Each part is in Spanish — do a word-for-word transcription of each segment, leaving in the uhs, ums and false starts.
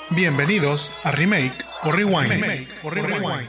Bienvenidos a Remake o Rewind. Remake o Rewind.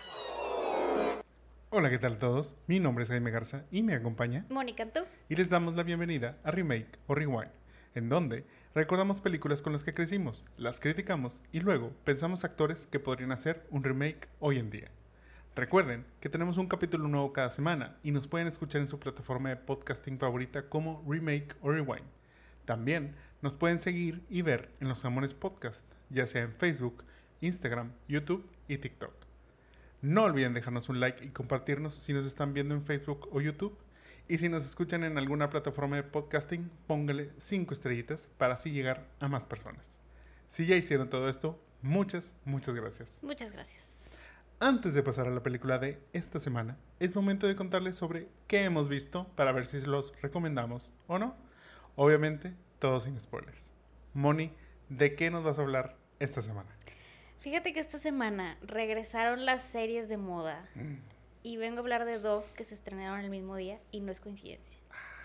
Hola, ¿qué tal a todos? Mi nombre es Jaime Garza y me acompaña Mónica, ¿tú? Y les damos la bienvenida a Remake o Rewind, en donde recordamos películas con las que crecimos, las criticamos y luego pensamos actores que podrían hacer un remake hoy en día. Recuerden que tenemos un capítulo nuevo cada semana y nos pueden escuchar en su plataforma de podcasting favorita como Remake o Rewind. También nos pueden seguir y ver en los Jamones Podcast, ya sea en Facebook, Instagram, YouTube y TikTok. No olviden dejarnos un like y compartirnos si nos están viendo en Facebook o YouTube. Y si nos escuchan en alguna plataforma de podcasting, póngale cinco estrellitas para así llegar a más personas. Si ya hicieron todo esto, muchas, muchas gracias. Muchas gracias. Antes de pasar a la película de esta semana, es momento de contarles sobre qué hemos visto para ver si los recomendamos o no. Obviamente, todo sin spoilers. Moni, ¿de qué nos vas a hablar esta semana? Fíjate que esta semana regresaron las series de moda mm. y vengo a hablar de dos que se estrenaron el mismo día y no es coincidencia.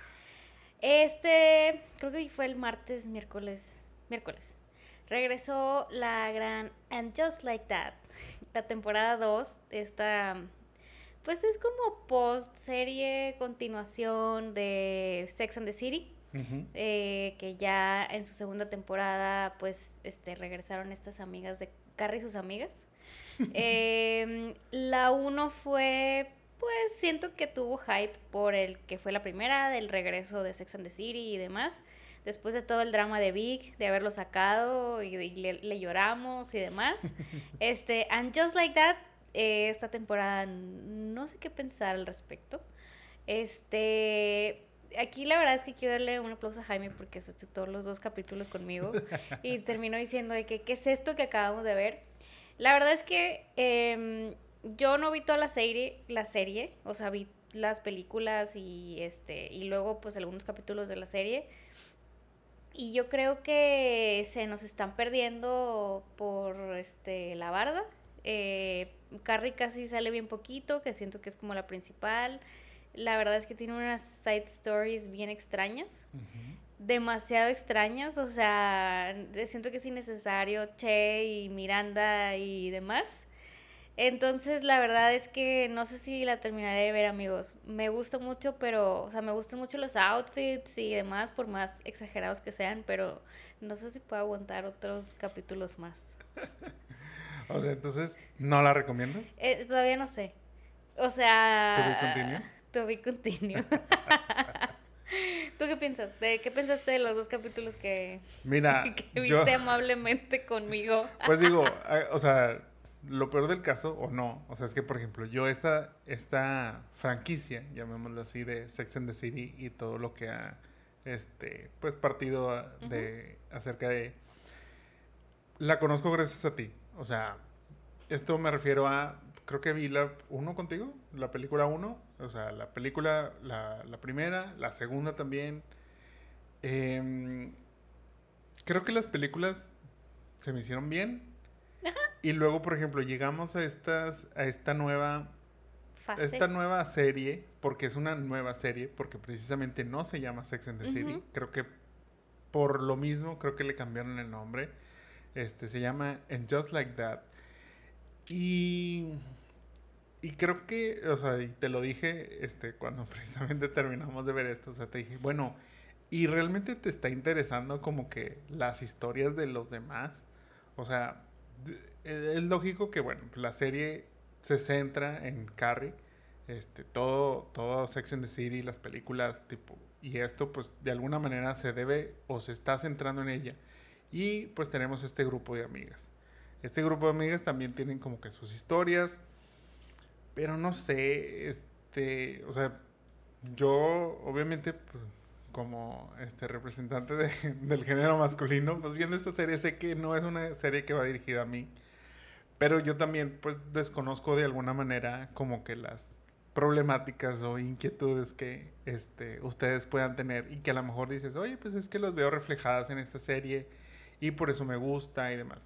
Este, creo que fue el martes, miércoles, miércoles. Regresó la gran And Just Like That, la temporada dos, esta, pues es como post-serie, continuación de Sex and the City. Uh-huh. Eh, que ya en su segunda temporada pues este regresaron estas amigas de Carrie y sus amigas. eh, la uno fue, pues siento que tuvo hype por el que fue la primera, del regreso de Sex and the City y demás, después de todo el drama de Vic, de haberlo sacado y, y le, le lloramos y demás. este And Just Like That, eh, esta temporada no sé qué pensar al respecto. Este... Aquí la verdad es que quiero darle un aplauso a Jaime porque se chutó los dos capítulos conmigo y terminó diciendo de que qué es esto que acabamos de ver. La verdad es que eh, yo no vi toda la serie, la serie, o sea, vi las películas y este y luego pues algunos capítulos de la serie. Y yo creo que se nos están perdiendo por este la barda. Eh, Carrie casi sale bien poquito, que siento que es como la principal. La verdad es que tiene unas side stories bien extrañas, uh-huh. demasiado extrañas, o sea, siento que es innecesario Che y Miranda y demás. Entonces, la verdad es que no sé si la terminaré de ver, amigos. Me gusta mucho, pero, o sea, me gustan mucho los outfits y demás, por más exagerados que sean, pero no sé si puedo aguantar otros capítulos más. O sea, entonces, ¿no la recomiendas? Eh, todavía no sé. O sea... ¿To be continue? To be continue. ¿Tú qué piensas? ¿De qué pensaste de los dos capítulos que, Mira, que viste yo, amablemente conmigo? Pues digo, o sea, lo peor del caso, o no, o sea, es que, por ejemplo, yo esta, esta franquicia, llamémoslo así, de Sex and the City y todo lo que ha, este, pues, partido de, uh-huh. acerca de... La conozco gracias a ti, o sea, esto me refiero a... Creo que vi la uno contigo, la película uno, o sea, la película, la, la primera, la segunda también. Eh, creo que las películas se me hicieron bien. Ajá. Y luego, por ejemplo, llegamos a estas, a esta nueva, Fase. esta nueva serie, porque es una nueva serie, porque precisamente no se llama Sex and the uh-huh. City. Creo que por lo mismo, creo que le cambiaron el nombre. Este, se llama And Just Like That. Y... Y creo que, o sea, y te lo dije este, cuando precisamente terminamos de ver esto, o sea, te dije, bueno, ¿y realmente te está interesando como que las historias de los demás? O sea, es lógico que, bueno, la serie se centra en Carrie, este, todo, todo Sex and the City, las películas, tipo, y esto, pues, de alguna manera se debe o se está centrando en ella. Y, pues, tenemos este grupo de amigas. Este grupo de amigas también tienen como que sus historias. Pero no sé, este, o sea, yo obviamente, pues, como este representante de, del género masculino, pues viendo esta serie sé que no es una serie que va dirigida a mí, pero yo también, pues, desconozco de alguna manera como que las problemáticas o inquietudes que este, ustedes puedan tener y que a lo mejor dices, oye, pues es que las veo reflejadas en esta serie y por eso me gusta y demás.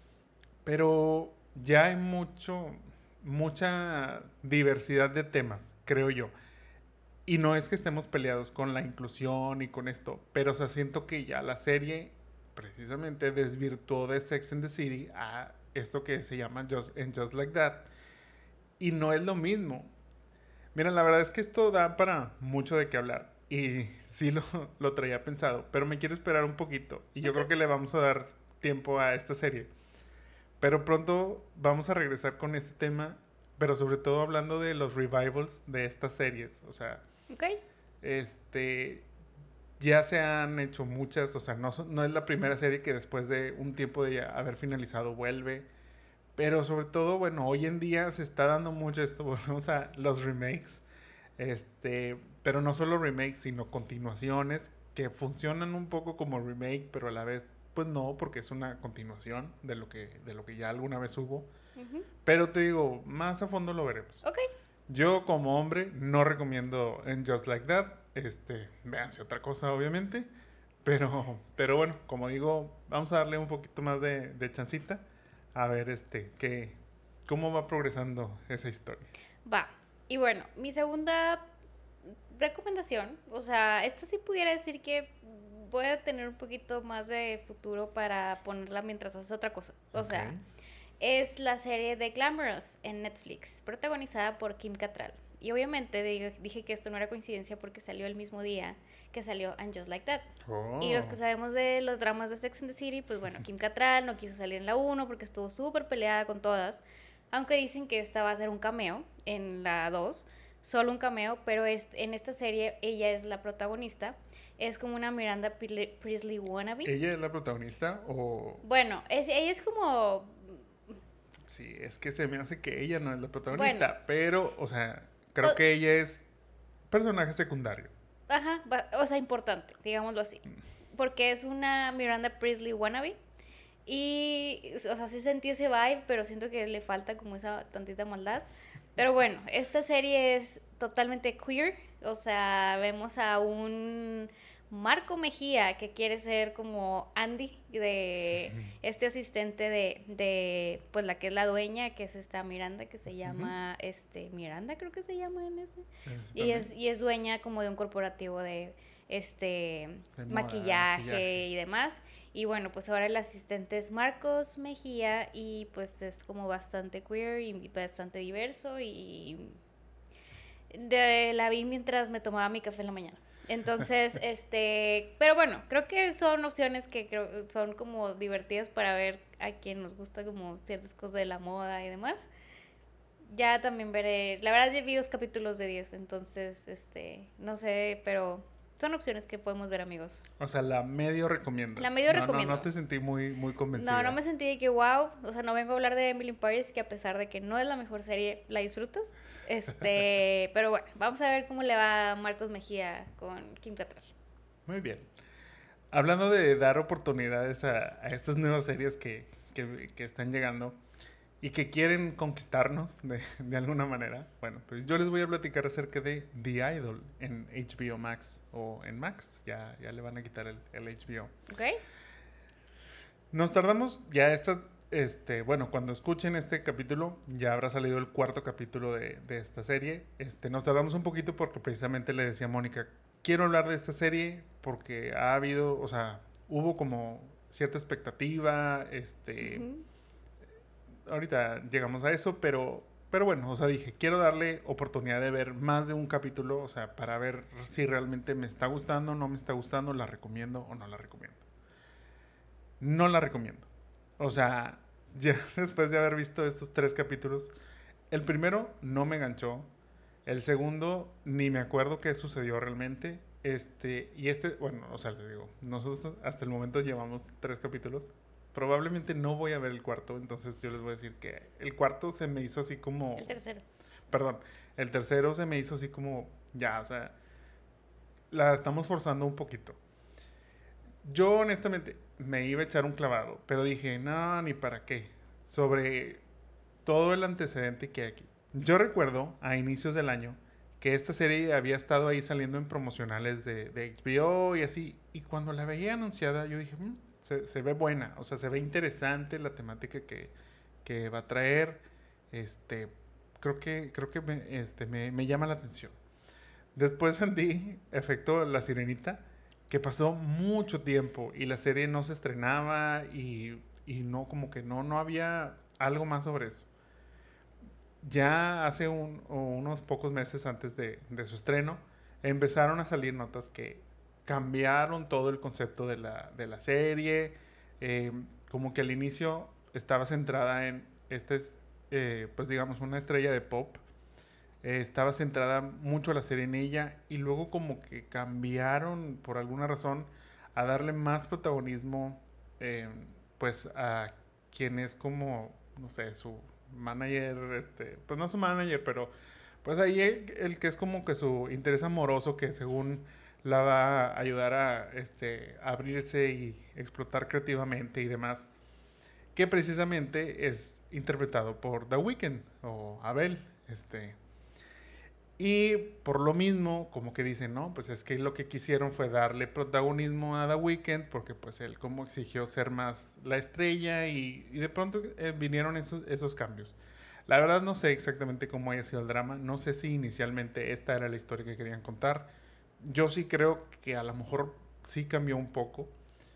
Pero ya hay mucho... mucha diversidad de temas, creo yo. Y no es que estemos peleados con la inclusión y con esto, pero o sea, siento que ya la serie precisamente desvirtuó de Sex and the City a esto que se llama Just, en Just Like That. Y no es lo mismo. Mira, la verdad es que esto da para mucho de qué hablar. Y sí lo, lo traía pensado, pero me quiero esperar un poquito. Y yo okay. creo que le vamos a dar tiempo a esta serie. Pero pronto vamos a regresar con este tema, pero sobre todo hablando de los revivals de estas series. O sea, okay. este, ya se han hecho muchas, o sea, no, no es la primera serie que después de un tiempo de haber finalizado vuelve. Pero sobre todo, bueno, hoy en día se está dando mucho esto, volvemos a los remakes. Este, pero no solo remakes, sino continuaciones que funcionan un poco como remake, pero a la vez pues no, porque es una continuación de lo que, de lo que ya alguna vez hubo. Uh-huh. Pero te digo, más a fondo lo veremos. Ok. Yo como hombre no recomiendo en Just Like That. Este, véanse otra cosa obviamente. Pero, pero bueno, como digo, vamos a darle un poquito más de, de chancita. A ver este, qué, cómo va progresando esa historia. Va. Y bueno, mi segunda recomendación, o sea, esta sí pudiera decir que voy a tener un poquito más de futuro para ponerla mientras haces otra cosa. O okay. sea, es la serie de Glamorous en Netflix, protagonizada por Kim Cattrall. Y obviamente dije, dije que esto no era coincidencia porque salió el mismo día que salió And Just Like That. Oh. Y los que sabemos de los dramas de Sex and the City, pues bueno, Kim Cattrall no quiso salir en la uno porque estuvo súper peleada con todas. Aunque dicen que esta va a ser un cameo en la dos, solo un cameo, pero es, en esta serie ella es la protagonista. Es como una Miranda Priestley wannabe. ¿Ella es la protagonista o...? Bueno, es, ella es como... Sí, es que se me hace que ella no es la protagonista, bueno, pero, o sea, creo o... que ella es personaje secundario. Ajá, o sea, importante, digámoslo así. Porque es una Miranda Priestley wannabe. Y, o sea, sí sentí ese vibe, pero siento que le falta como esa tantita maldad. Pero bueno, esta serie es totalmente queer. O sea, vemos a un Marco Mejía que quiere ser como Andy, de este asistente de, de, pues la que es la dueña, que es esta Miranda, que se llama, uh-huh. este, Miranda creo que se llama en ese. Y es, y es dueña como de un corporativo de, este, de maquillaje, maquillaje y demás. Y bueno, pues ahora el asistente es Marcos Mejía y pues es como bastante queer y bastante diverso y de, la vi mientras me tomaba mi café en la mañana. Entonces, este, pero bueno, creo que son opciones que creo son como divertidas para ver a quien nos gusta como ciertas cosas de la moda y demás. Ya también veré, la verdad ya vi dos capítulos de diez, entonces, este, no sé, pero... son opciones que podemos ver, amigos. O sea, la medio recomiendas. La medio no, recomiendo. No, no te sentí muy, muy convencida. No, no me sentí de que wow. O sea, no vengo a hablar de Emily in Paris, que a pesar de que no es la mejor serie, la disfrutas. Este, pero bueno, vamos a ver cómo le va a Marcos Mejía con Kim Cattrall. Muy bien. Hablando de dar oportunidades a, a estas nuevas series que, que, que están llegando y que quieren conquistarnos de, de alguna manera. Bueno, pues yo les voy a platicar acerca de The Idol en H B O Max o en Max. Ya, ya le van a quitar el, el H B O. Ok. Nos tardamos ya esta, este, bueno, cuando escuchen este capítulo ya habrá salido el cuarto capítulo de, de esta serie. Este, nos tardamos un poquito porque precisamente le decía a Mónica, quiero hablar de esta serie porque ha habido, o sea, hubo como cierta expectativa, este... Uh-huh. Ahorita llegamos a eso, pero, pero bueno, o sea, dije, quiero darle oportunidad de ver más de un capítulo, o sea, para ver si realmente me está gustando, no me está gustando, la recomiendo o no la recomiendo. No la recomiendo. O sea, ya después de haber visto estos tres capítulos, el primero no me enganchó, el segundo ni me acuerdo qué sucedió realmente, este, y este, bueno, o sea, le digo, nosotros hasta el momento llevamos tres capítulos. Probablemente no voy a ver el cuarto, entonces yo les voy a decir que el cuarto se me hizo así como... El tercero. Perdón, el tercero se me hizo así como, ya, o sea, la estamos forzando un poquito. Yo honestamente me iba a echar un clavado, pero dije, no, ni para qué, sobre todo el antecedente que hay aquí. Yo recuerdo a inicios del año que esta serie había estado ahí saliendo en promocionales de, de H B O y así, y cuando la veía anunciada yo dije, mmm, Se, se ve buena, o sea, se ve interesante la temática que, que va a traer. Este, creo que, creo que me, este, me, me llama la atención. Después andí efecto La Sirenita que pasó mucho tiempo y la serie no se estrenaba y, y no, como que no, no había algo más sobre eso. Ya hace un, unos pocos meses antes de, de su estreno, empezaron a salir notas que cambiaron todo el concepto de la, de la serie. Eh, como que al inicio estaba centrada en, esta es, eh, pues digamos, una estrella de pop. Eh, estaba centrada mucho la serie en ella y luego como que cambiaron por alguna razón a darle más protagonismo eh, pues a quien es como, no sé, su manager, este, pues no su manager, pero pues ahí el, el que es como que su interés amoroso que según la va a ayudar a este, abrirse y explotar creativamente y demás, que precisamente es interpretado por The Weeknd o Abel, este, y por lo mismo, como que dicen, no, pues es que lo que quisieron fue darle protagonismo a The Weeknd, porque pues él como exigió ser más la estrella y, y de pronto eh, vinieron esos, esos cambios. La verdad no sé exactamente cómo haya sido el drama, no sé si inicialmente esta era la historia que querían contar. Yo sí creo que a lo mejor sí cambió un poco,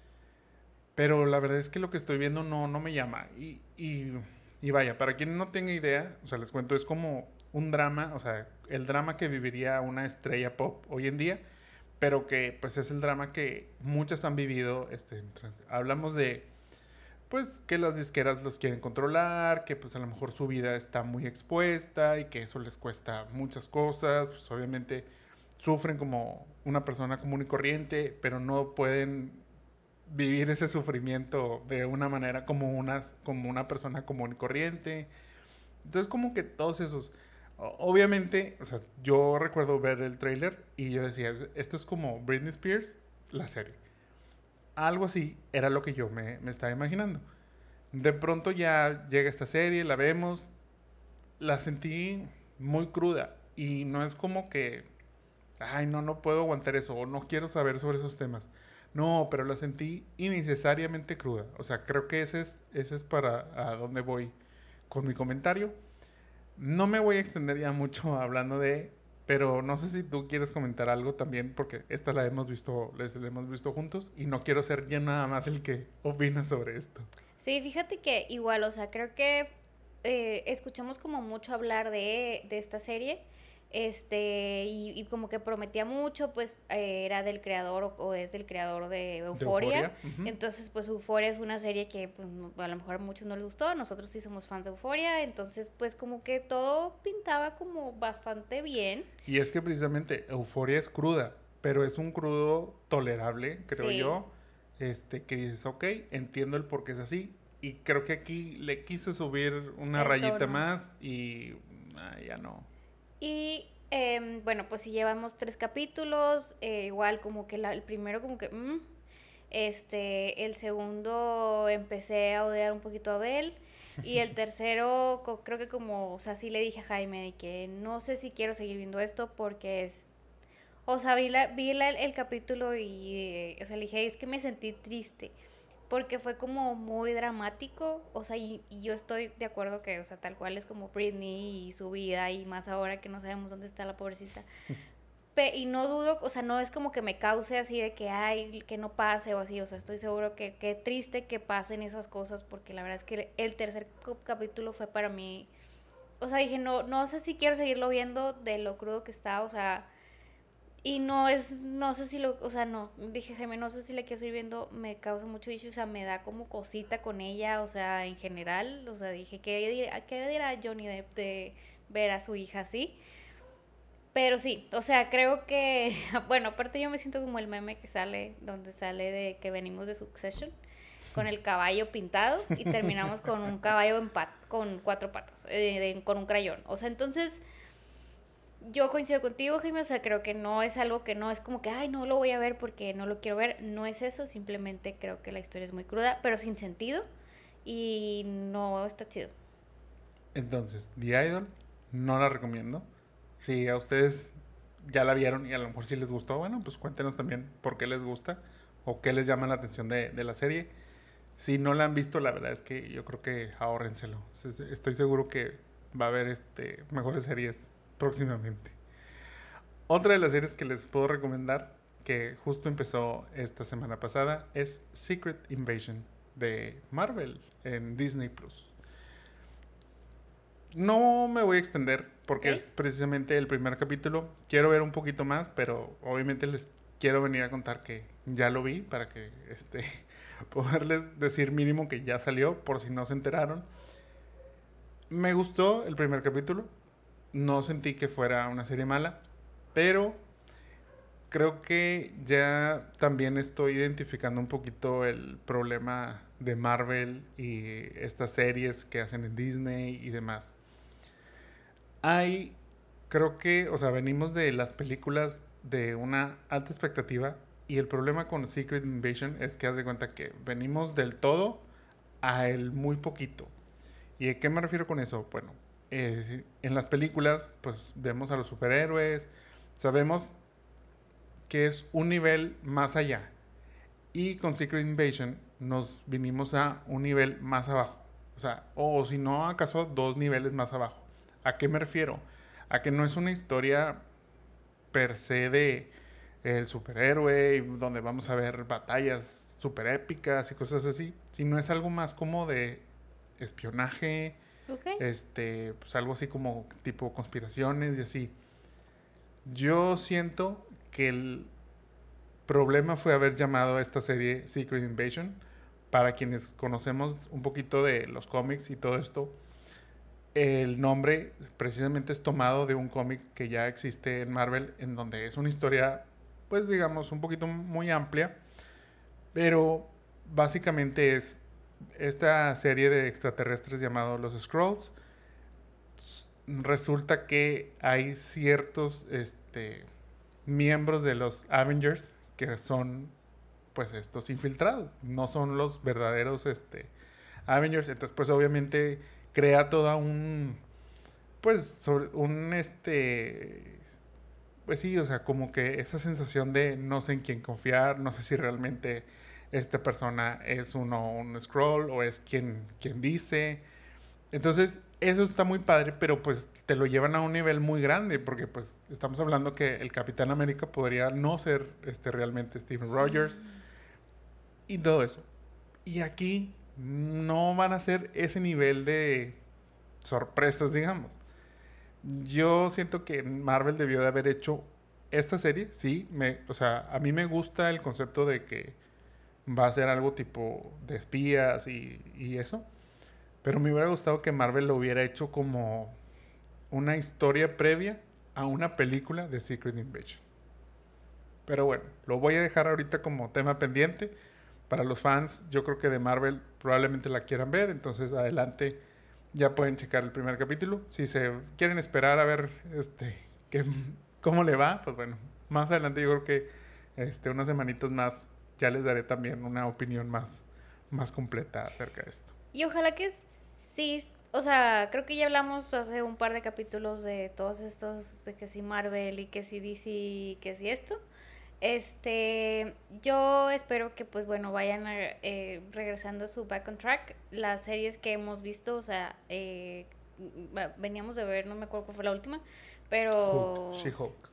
pero la verdad es que lo que estoy viendo no, no me llama. Y, y, y vaya, para quien no tenga idea, o sea, les cuento, es como un drama, o sea, el drama que viviría una estrella pop hoy en día, pero que pues es el drama que muchas han vivido. Este, hablamos de, pues, que las disqueras los quieren controlar, que pues a lo mejor su vida está muy expuesta y que eso les cuesta muchas cosas, pues obviamente sufren como una persona común y corriente, pero no pueden vivir ese sufrimiento de una manera como, unas, como una persona común y corriente. Entonces como que todos esos, obviamente, o sea, yo recuerdo ver el tráiler y yo decía, esto es como Britney Spears, la serie. Algo así era lo que yo me, me estaba imaginando. De pronto ya llega esta serie, la vemos, la sentí muy cruda y no es como que, ay, no, no puedo aguantar eso o no quiero saber sobre esos temas. No, pero la sentí innecesariamente cruda. O sea, creo que ese es, ese es para a dónde voy con mi comentario. No me voy a extender ya mucho hablando de, pero no sé si tú quieres comentar algo también, porque esta la hemos visto, la hemos visto juntos y no quiero ser ya nada más el que opina sobre esto. Sí, fíjate que igual, o sea, creo que eh, escuchamos como mucho hablar de, de esta serie, este, y, y como que prometía mucho, pues eh, era del creador o, o es del creador de ¿De Euphoria. Euphoria? Uh-huh. Entonces, pues Euphoria es una serie que pues, a lo mejor a muchos no les gustó, nosotros sí somos fans de Euphoria, entonces pues como que todo pintaba como bastante bien. Y es que precisamente Euphoria es cruda, pero es un crudo tolerable, creo Sí. yo, este, que dices, ok, entiendo el por qué es así, y creo que aquí le quise subir una El rayita tono. más y ah, ya no. Y eh, bueno, pues si llevamos tres capítulos, eh, igual como que la, el primero como que... Mm, este, el segundo empecé a odiar un poquito a Abel. Y el tercero, co- creo que como, o sea, sí le dije a Jaime de que no sé si quiero seguir viendo esto porque es... O sea, vi, la, vi la- el capítulo y, eh, o sea, le dije, es que me sentí triste. Porque fue como muy dramático, o sea, y, y yo estoy de acuerdo que, o sea, tal cual es como Britney y su vida, y más ahora que no sabemos dónde está la pobrecita. Pe- y no dudo, o sea, no es como que me cause así de que, ay, que no pase o así, o sea, estoy seguro que qué triste que pasen esas cosas, porque la verdad es que el tercer co- capítulo fue para mí, o sea, dije, no, no sé si quiero seguirlo viendo de lo crudo que está, o sea, y no es, no sé si lo, o sea, no, dije, Jaime, no sé si la quiero seguir viendo, me causa mucho issue, o sea, me da como cosita con ella, o sea, en general, o sea, dije, ¿qué dirá, qué dirá Johnny Depp de ver a su hija así? Pero sí, o sea, creo que, bueno, aparte yo me siento como el meme que sale, donde sale de que venimos de Succession, con el caballo pintado y terminamos con un caballo en pat con cuatro patas, eh, de, con un crayón. O sea, entonces yo coincido contigo, Jaime, o sea, creo que no es algo que no es como que, ay, no lo voy a ver porque no lo quiero ver, no es eso, simplemente creo que la historia es muy cruda, pero sin sentido y no está chido. Entonces, The Idol, no la recomiendo. Si a ustedes ya la vieron y a lo mejor sí les gustó, bueno, pues cuéntenos también por qué les gusta o qué les llama la atención de, de la serie. Si no la han visto, la verdad es que yo creo que ahórrenselo. Estoy seguro que va a haber este, mejores series próximamente. Otra de las series que les puedo recomendar, que justo empezó esta semana pasada, es Secret Invasion de Marvel en Disney Plus. No me voy a extender porque Ok. es precisamente el primer capítulo. Quiero ver un poquito más, pero obviamente les quiero venir a contar que ya lo vi para que este poderles decir mínimo que ya salió por si no se enteraron. Me gustó el primer capítulo. No sentí que fuera una serie mala, pero creo que ya también estoy identificando un poquito el problema de Marvel y estas series que hacen en Disney y demás. Hay, creo que, o sea, venimos de las películas de una alta expectativa y el problema con Secret Invasion es que haz de cuenta que venimos del todo a el muy poquito. ¿Y a qué me refiero con eso? Bueno, eh, en las películas pues vemos a los superhéroes, sabemos que es un nivel más allá. Y con Secret Invasion nos vinimos a un nivel más abajo. O sea, o si no, acaso dos niveles más abajo. ¿A qué me refiero? A que no es una historia per se de el superhéroe, donde vamos a ver batallas super épicas y cosas así, sino es algo más como de espionaje, Ok. este, pues algo así como tipo conspiraciones y así. Yo siento que el problema fue haber llamado a esta serie Secret Invasion. Para quienes conocemos un poquito de los cómics y todo esto, el nombre precisamente es tomado de un cómic que ya existe en Marvel, en donde es una historia, pues digamos, un poquito muy amplia, pero básicamente es esta serie de extraterrestres llamado los Skrulls. Resulta que hay ciertos este, miembros de los Avengers que son pues estos infiltrados, no son los verdaderos este, Avengers. Entonces pues obviamente crea toda un pues sobre un este pues sí, o sea, como que esa sensación de no sé en quién confiar, no sé si realmente esta persona es uno un Skrull o es quien, quien dice. Entonces, eso está muy padre, pero pues te lo llevan a un nivel muy grande, porque pues estamos hablando que el Capitán América podría no ser este realmente Steven Rogers y todo eso. Y aquí no van a ser ese nivel de sorpresas, digamos. Yo siento que Marvel debió de haber hecho esta serie, sí, me, o sea, a mí me gusta el concepto de que va a ser algo tipo de espías y, y eso, pero me hubiera gustado que Marvel lo hubiera hecho como una historia previa a una película de Secret Invasion. Pero bueno, lo voy a dejar ahorita como tema pendiente. Para los fans, yo creo que de Marvel probablemente la quieran ver, entonces adelante ya pueden checar el primer capítulo. Si se quieren esperar a ver este que, cómo le va, pues bueno, más adelante yo creo que este, unas semanitas más ya les daré también una opinión más, más completa acerca de esto. Y ojalá que sí, o sea, creo que ya hablamos hace un par de capítulos de todos estos, de que si Marvel y que si D C y que si esto. Este, yo espero que pues bueno, vayan a, eh, regresando a su Back on Track. Las series que hemos visto, o sea, eh, veníamos de ver, no me acuerdo cuál fue la última, pero... Hulk, She-Hulk.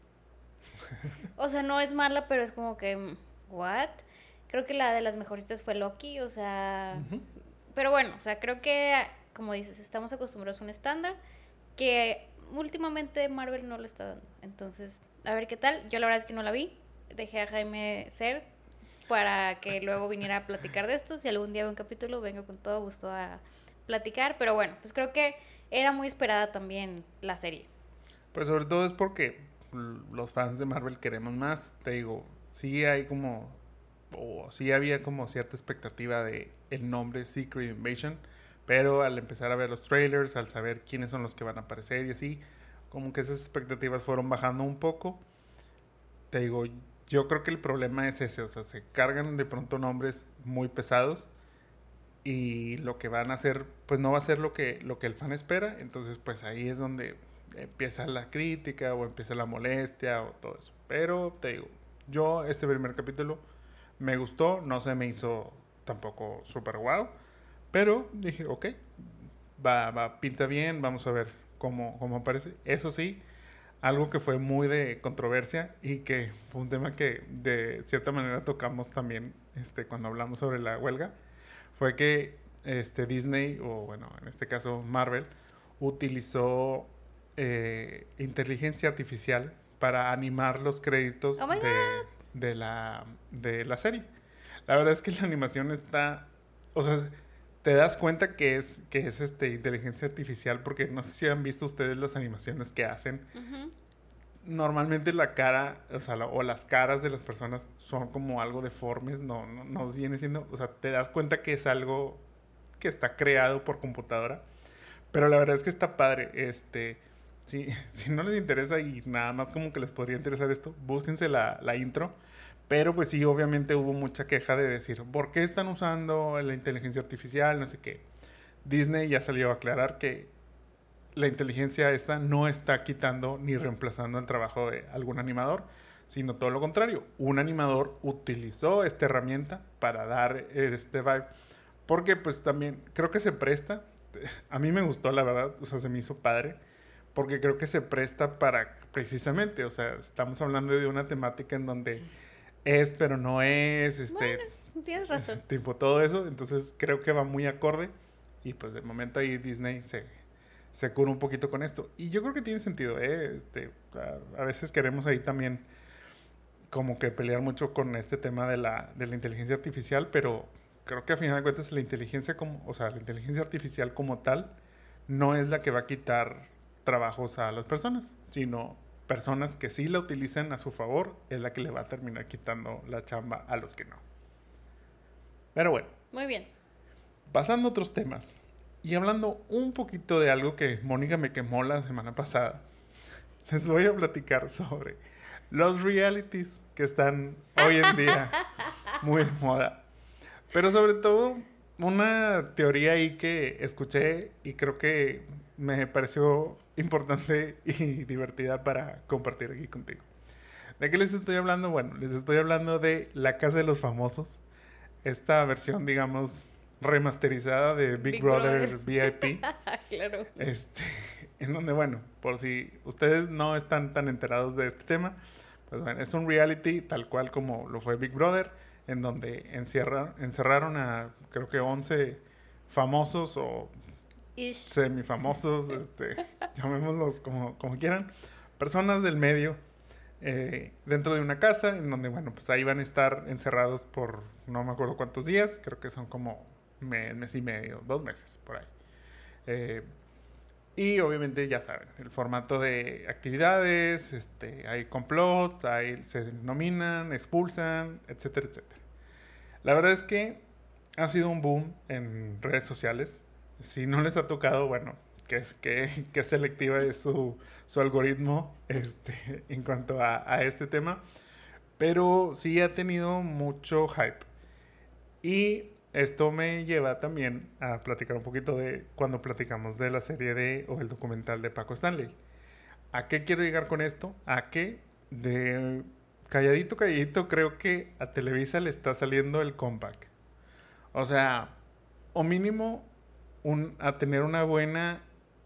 O sea, no es mala, pero es como que, ¿what? Creo que la de las mejorcitas fue Loki, o sea... Uh-huh. Pero bueno, o sea, creo que, como dices, estamos acostumbrados a un estándar que últimamente Marvel no lo está dando. Entonces, a ver qué tal. Yo la verdad es que no la vi. Dejé a Jaime ser para que luego viniera a platicar de esto. Si algún día veo un capítulo, vengo con todo gusto a platicar. Pero bueno, pues creo que era muy esperada también la serie. Pues sobre todo es porque los fans de Marvel queremos más. Te digo, sí hay como... o sí había como cierta expectativa de el nombre Secret Invasion, pero al empezar a ver los trailers, al saber quiénes son los que van a aparecer y así, como que esas expectativas fueron bajando un poco. Te digo, yo creo que el problema es ese, o sea, se cargan de pronto nombres muy pesados y lo que van a hacer, pues no va a ser lo que, lo que el fan espera, entonces pues ahí es donde empieza la crítica o empieza la molestia o todo eso. Pero te digo, yo este primer capítulo me gustó, no se me hizo tampoco súper guau, pero dije, ok, va, va, pinta bien, vamos a ver cómo, cómo aparece. Eso sí, algo que fue muy de controversia y que fue un tema que de cierta manera tocamos también este, cuando hablamos sobre la huelga, fue que este, Disney, o bueno, en este caso Marvel, utilizó eh, inteligencia artificial para animar los créditos oh de, de, la, de la serie. La verdad es que la animación está... O sea, te das cuenta que es, que es este, inteligencia artificial porque no sé si han visto ustedes las animaciones que hacen. Uh-huh. Normalmente la cara, o sea, la, o las caras de las personas son como algo deformes, no, no, no viene siendo... O sea, te das cuenta que es algo que está creado por computadora. Pero la verdad es que está padre, este... Sí, si no les interesa y nada más como que les podría interesar esto, búsquense la, la intro. Pero pues sí, obviamente hubo mucha queja de decir, ¿por qué están usando la inteligencia artificial? No sé qué. Disney ya salió a aclarar que la inteligencia esta no está quitando ni reemplazando el trabajo de algún animador, sino todo lo contrario. Un animador utilizó esta herramienta para dar este vibe. Porque pues también creo que se presta. A mí me gustó, la verdad, o sea, se me hizo padre. Porque creo que se presta para, precisamente, o sea, estamos hablando de una temática en donde es, pero no es, este... Bueno, tienes razón. Tipo todo eso, entonces creo que va muy acorde. Y pues de momento ahí Disney se, se cura un poquito con esto. Y yo creo que tiene sentido, ¿eh? Este, a, a veces queremos ahí también como que pelear mucho con este tema de la, de la inteligencia artificial, pero creo que a final de cuentas la inteligencia como, o sea, la inteligencia artificial como tal no es la que va a quitar trabajos a las personas, sino personas que sí la utilizan a su favor es la que le va a terminar quitando la chamba a los que no. Pero bueno. Muy bien. Pasando a otros temas y hablando un poquito de algo que Mónica me quemó la semana pasada, les voy a platicar sobre los realities que están hoy en día muy de moda. Pero sobre todo una teoría ahí que escuché y creo que me pareció importante y divertida para compartir aquí contigo. ¿De qué les estoy hablando? Bueno, les estoy hablando de La Casa de los Famosos. Esta versión, digamos, remasterizada de Big, Big Brother, Brother V I P. Claro. Este, en donde, bueno, por si ustedes no están tan enterados de este tema, pues bueno, es un reality tal cual como lo fue Big Brother, en donde encierra, encerraron a, creo que once famosos o Ish. semifamosos, este, llamémoslos como, como quieran, personas del medio, eh, dentro de una casa, en donde, bueno, pues ahí van a estar encerrados por no me acuerdo cuántos días, creo que son como mes, mes y medio, dos meses, por ahí. Eh, y obviamente, ya saben, el formato de actividades, este, hay complots, hay, se nominan, expulsan, etcétera, etcétera. La verdad es que ha sido un boom en redes sociales. Si no les ha tocado, bueno, que es que, que selectiva es su, su algoritmo este, en cuanto a, a este tema. Pero sí ha tenido mucho hype. Y esto me lleva también a platicar un poquito de cuando platicamos de la serie de o el documental de Paco Stanley. ¿A qué quiero llegar con esto? A que de calladito, calladito, creo que a Televisa le está saliendo el comeback. O sea, o mínimo un, a tener una buena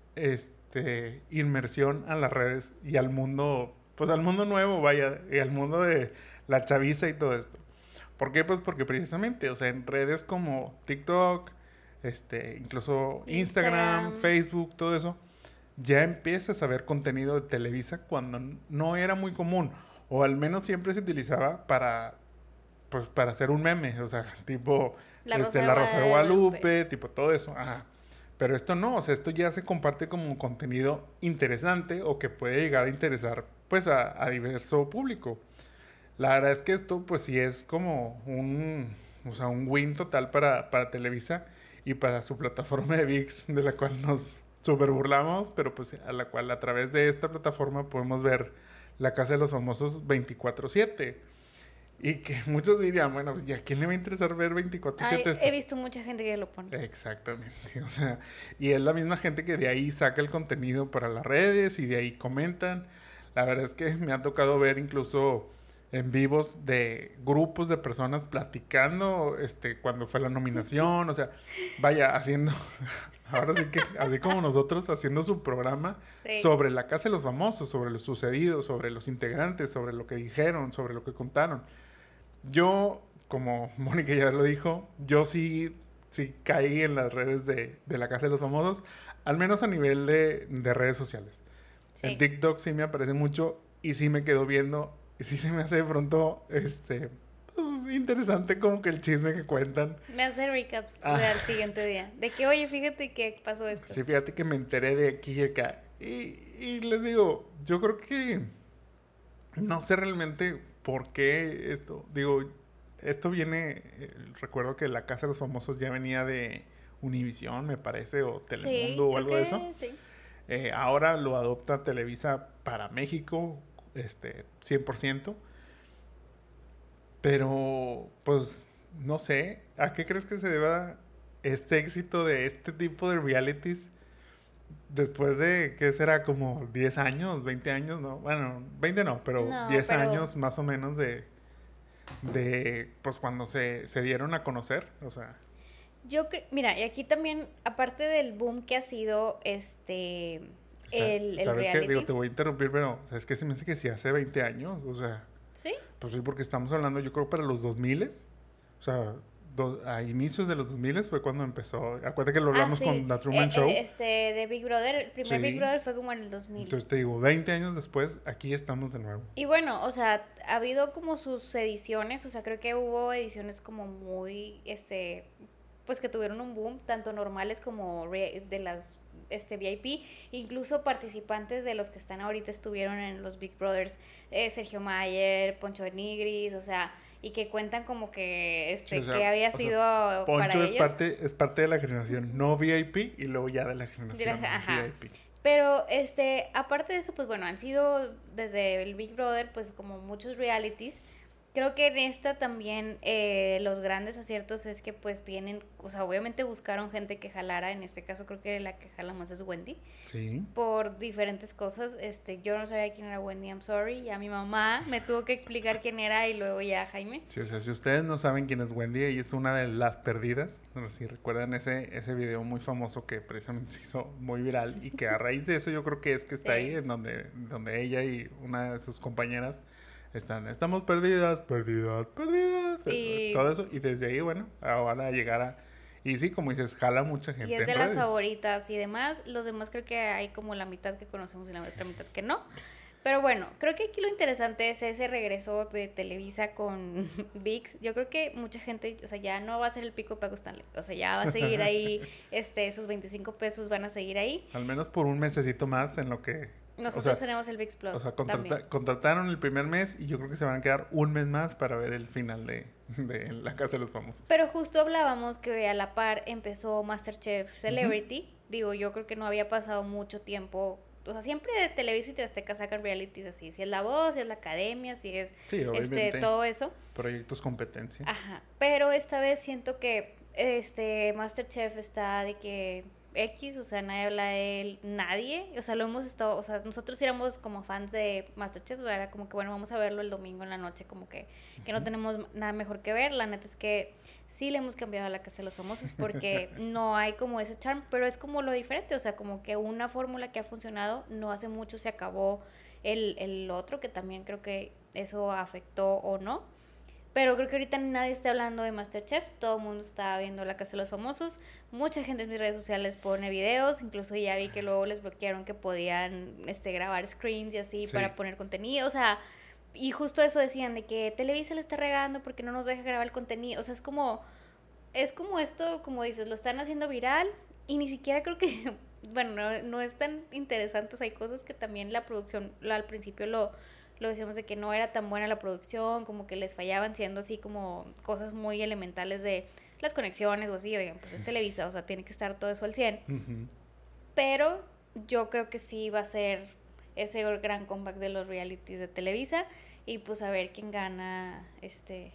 este, inmersión a las redes y al mundo, pues al mundo nuevo, vaya, y al mundo de la chaviza y todo esto. ¿Por qué? Pues porque precisamente, o sea, en redes como TikTok, este, incluso Instagram, Instagram, Facebook, todo eso, ya empiezas a ver contenido de Televisa cuando no era muy común, o al menos siempre se utilizaba para, pues, para hacer un meme, o sea, tipo La este, Rosa de La Rosa de Guadalupe. Guadalupe, tipo todo eso, ajá. Pero esto no, o sea, esto ya se comparte como contenido interesante o que puede llegar a interesar, pues, a, a diverso público. La verdad es que esto, pues, sí es como un, o sea, un win total para, para Televisa y para su plataforma de V I X, de la cual nos super burlamos, pero pues a la cual a través de esta plataforma podemos ver La Casa de los Famosos veinticuatro siete. Y que muchos dirían, bueno, pues, ¿y a quién le va a interesar ver veinticuatro siete? He visto mucha gente que lo pone. Exactamente, o sea, y es la misma gente que de ahí saca el contenido para las redes y de ahí comentan. La verdad es que me ha tocado ver incluso en vivos de grupos de personas platicando este cuando fue la nominación, o sea, vaya haciendo ahora sí que así como nosotros haciendo su programa Sí. sobre la casa de los famosos, sobre lo sucedido, sobre los integrantes, sobre lo que dijeron, sobre lo que contaron. Yo, como Mónica ya lo dijo, yo sí sí caí en las redes de, de la casa de los famosos, al menos a nivel de, de redes sociales. Sí. En TikTok sí me aparece mucho y sí me quedo viendo y sí se me hace de pronto este pues, interesante como que el chisme que cuentan. Me hace recaps Ah. al siguiente día. De que, oye, fíjate que pasó esto. Sí, fíjate que me enteré de aquí y acá. Y, y les digo, yo creo que no sé realmente por qué esto. Digo, esto viene, eh, recuerdo que la Casa de los Famosos ya venía de Univisión, me parece, o Telemundo Sí, o creo algo de eso. que sí. Eh, ahora lo adopta Televisa para México, este, cien por ciento. Pero, pues, no sé, ¿a qué crees que se deba este éxito de este tipo de realities? Después de, ¿qué será? Como diez años, veinte años, ¿no? Bueno, veinte no, pero No, diez pero- años más o menos de, de pues, cuando se, se dieron a conocer, o sea, Yo, cre- mira, y aquí también, aparte del boom que ha sido este, o sea, el, el ¿sabes qué? reality. Digo, te voy a interrumpir, pero ¿sabes qué? Se me hace que sí hace veinte años, o sea, Sí, pues sí, porque estamos hablando, yo creo, para los dos mil, o sea, do- a inicios de los dos mil fue cuando empezó, acuérdate que lo ah, hablamos sí. con The Truman Eh, Show, eh, este, de Big Brother, el primer Sí. Big Brother fue como en el dos mil. entonces te digo, veinte años después, aquí estamos de nuevo. Y bueno, o sea, ha habido como sus ediciones, o sea, creo que hubo ediciones como muy, este, pues que tuvieron un boom, tanto normales como re- de las, este, V I P, incluso participantes de los que están ahorita estuvieron en los Big Brothers, eh, Sergio Mayer, Poncho de Nigris, o sea, y que cuentan como que, este, Sí, o sea, que había o sea, sido para Poncho es ellos. parte, es parte de la generación no V I P y luego ya de la generación De la- ajá. V I P. Pero, este, aparte de eso, pues bueno, han sido desde el Big Brother, pues como muchos realities. Creo que en esta también eh, los grandes aciertos es que pues tienen, o sea, obviamente buscaron gente que jalara, en este caso creo que la que jala más es Wendy, Sí. por diferentes cosas. Este, yo no sabía quién era Wendy, I'm sorry, ya mi mamá me tuvo que explicar quién era y luego ya Jaime. Sí, o sea, si ustedes no saben quién es Wendy, ella es una de las perdidas. Bueno, si recuerdan ese, ese video muy famoso que precisamente se hizo muy viral y que a raíz de eso yo creo que es que está Sí. ahí, en donde, donde ella y una de sus compañeras están, estamos perdidas, perdidas, perdidas, Y- todo eso. Y desde ahí, bueno, ahora llegar a... Y sí, como dices, jala mucha gente Y es en de las redes. favoritas y demás. Los demás creo que hay como la mitad que conocemos y la otra mitad que no. Pero bueno, creo que aquí lo interesante es ese regreso de Televisa con ViX. Yo creo que mucha gente, o sea, ya no va a ser el pico de Paco Stanley. O sea, ya va a seguir ahí, este, esos veinticinco pesos van a seguir ahí. Al menos por un mesecito más en lo que... Nosotros o sea, tenemos el ViX Plus O sea, contrata- también. contrataron el primer mes y yo creo que se van a quedar un mes más para ver el final de, de La Casa de los Famosos. Pero justo hablábamos que a la par empezó MasterChef Celebrity. Digo, yo creo que no había pasado mucho tiempo. O sea, siempre de Televisa y de Azteca sacan realities así. Si es La Voz, si es La Academia, si es Sí, obviamente. este todo eso. Proyectos competencia. Ajá. Pero esta vez siento que este MasterChef está de que X, o sea, nadie habla de él, nadie. O sea, lo hemos estado, o sea, nosotros éramos como fans de MasterChef, o sea, era como que bueno, vamos a verlo el domingo en la noche, como que, que no tenemos nada mejor que ver. La neta es que sí le hemos cambiado a La Casa de los Famosos porque no hay como ese charm, pero es como lo diferente, o sea, como que una fórmula que ha funcionado, no hace mucho se acabó el, el otro, que también creo que eso afectó o no. Pero creo que ahorita nadie está hablando de MasterChef, todo el mundo está viendo La Casa de los Famosos, mucha gente en mis redes sociales pone videos, incluso ya vi que luego les bloquearon que podían este, grabar screens y así Sí. para poner contenido, o sea, y justo eso decían de que Televisa le está regando porque no nos deja grabar el contenido, o sea, es como, es como esto, como dices, lo están haciendo viral y ni siquiera creo que, bueno, no, no es tan interesante, o sea, hay cosas que también la producción, la, al principio lo lo decíamos de que no era tan buena la producción, como que les fallaban siendo así como cosas muy elementales de las conexiones o así, oigan, pues es Televisa, o sea, tiene que estar todo eso al cien. Ujú. Pero yo creo que sí va a ser ese gran comeback de los realities de Televisa y pues a ver quién gana este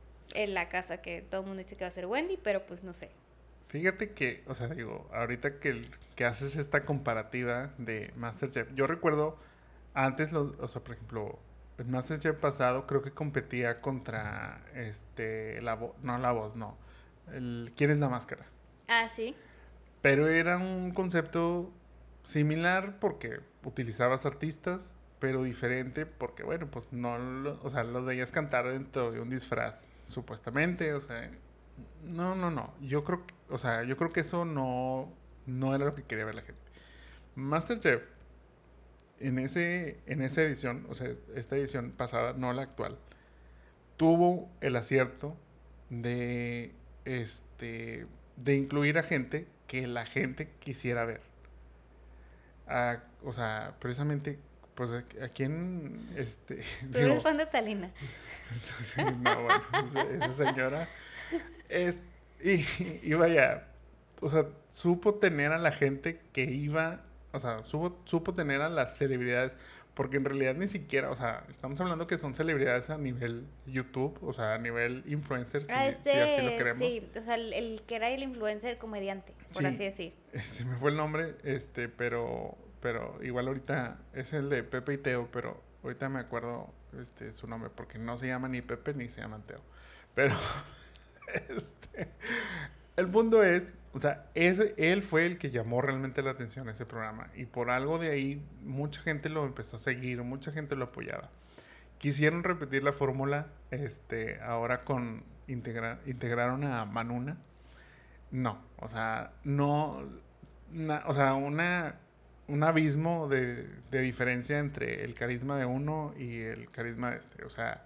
en la casa, que todo el mundo dice que va a ser Wendy, pero pues no sé. Fíjate que, o sea, digo, ahorita que, el- que haces esta comparativa de MasterChef, yo recuerdo antes, los, o sea, por ejemplo, el MasterChef pasado creo que competía contra este la voz, no la voz, no. El ¿Quién es la máscara? Ah, sí. Pero era un concepto similar porque utilizabas artistas, pero diferente porque bueno, pues no, lo, o sea, los veías cantar dentro de un disfraz, supuestamente, o sea, no, no, no. Yo creo que, o sea, yo creo que eso no no era lo que quería ver la gente. MasterChef en ese en esa edición, o sea, esta edición pasada, no la actual, tuvo el acierto de este de incluir a gente que la gente quisiera ver. A, o sea, precisamente pues a, a quién este Tú eres fan de Talina. no, bueno, esa, esa señora es y, y vaya, o sea, supo tener a la gente que iba, o sea, supo, supo tener a las celebridades, porque en realidad ni siquiera, o sea, estamos hablando que son celebridades a nivel YouTube, o sea, a nivel influencer, si, Ah, este, si así lo queremos. sí, o sea, el, el que era el influencer comediante, por Sí, así decir. se me fue el nombre, este, pero, pero igual ahorita es el de Pepe y Teo, pero ahorita me acuerdo, este, su nombre, porque no se llama ni Pepe ni se llama Teo, pero, este, el punto es, o sea, ese, él fue el que llamó realmente la atención a ese programa. Y por algo de ahí, mucha gente lo empezó a seguir, mucha gente lo apoyaba. Quisieron repetir la fórmula, este, ahora con integra, integraron a Manuna. No, o sea, no, na, o sea, una, un abismo de, de diferencia entre el carisma de uno y el carisma de este. O sea,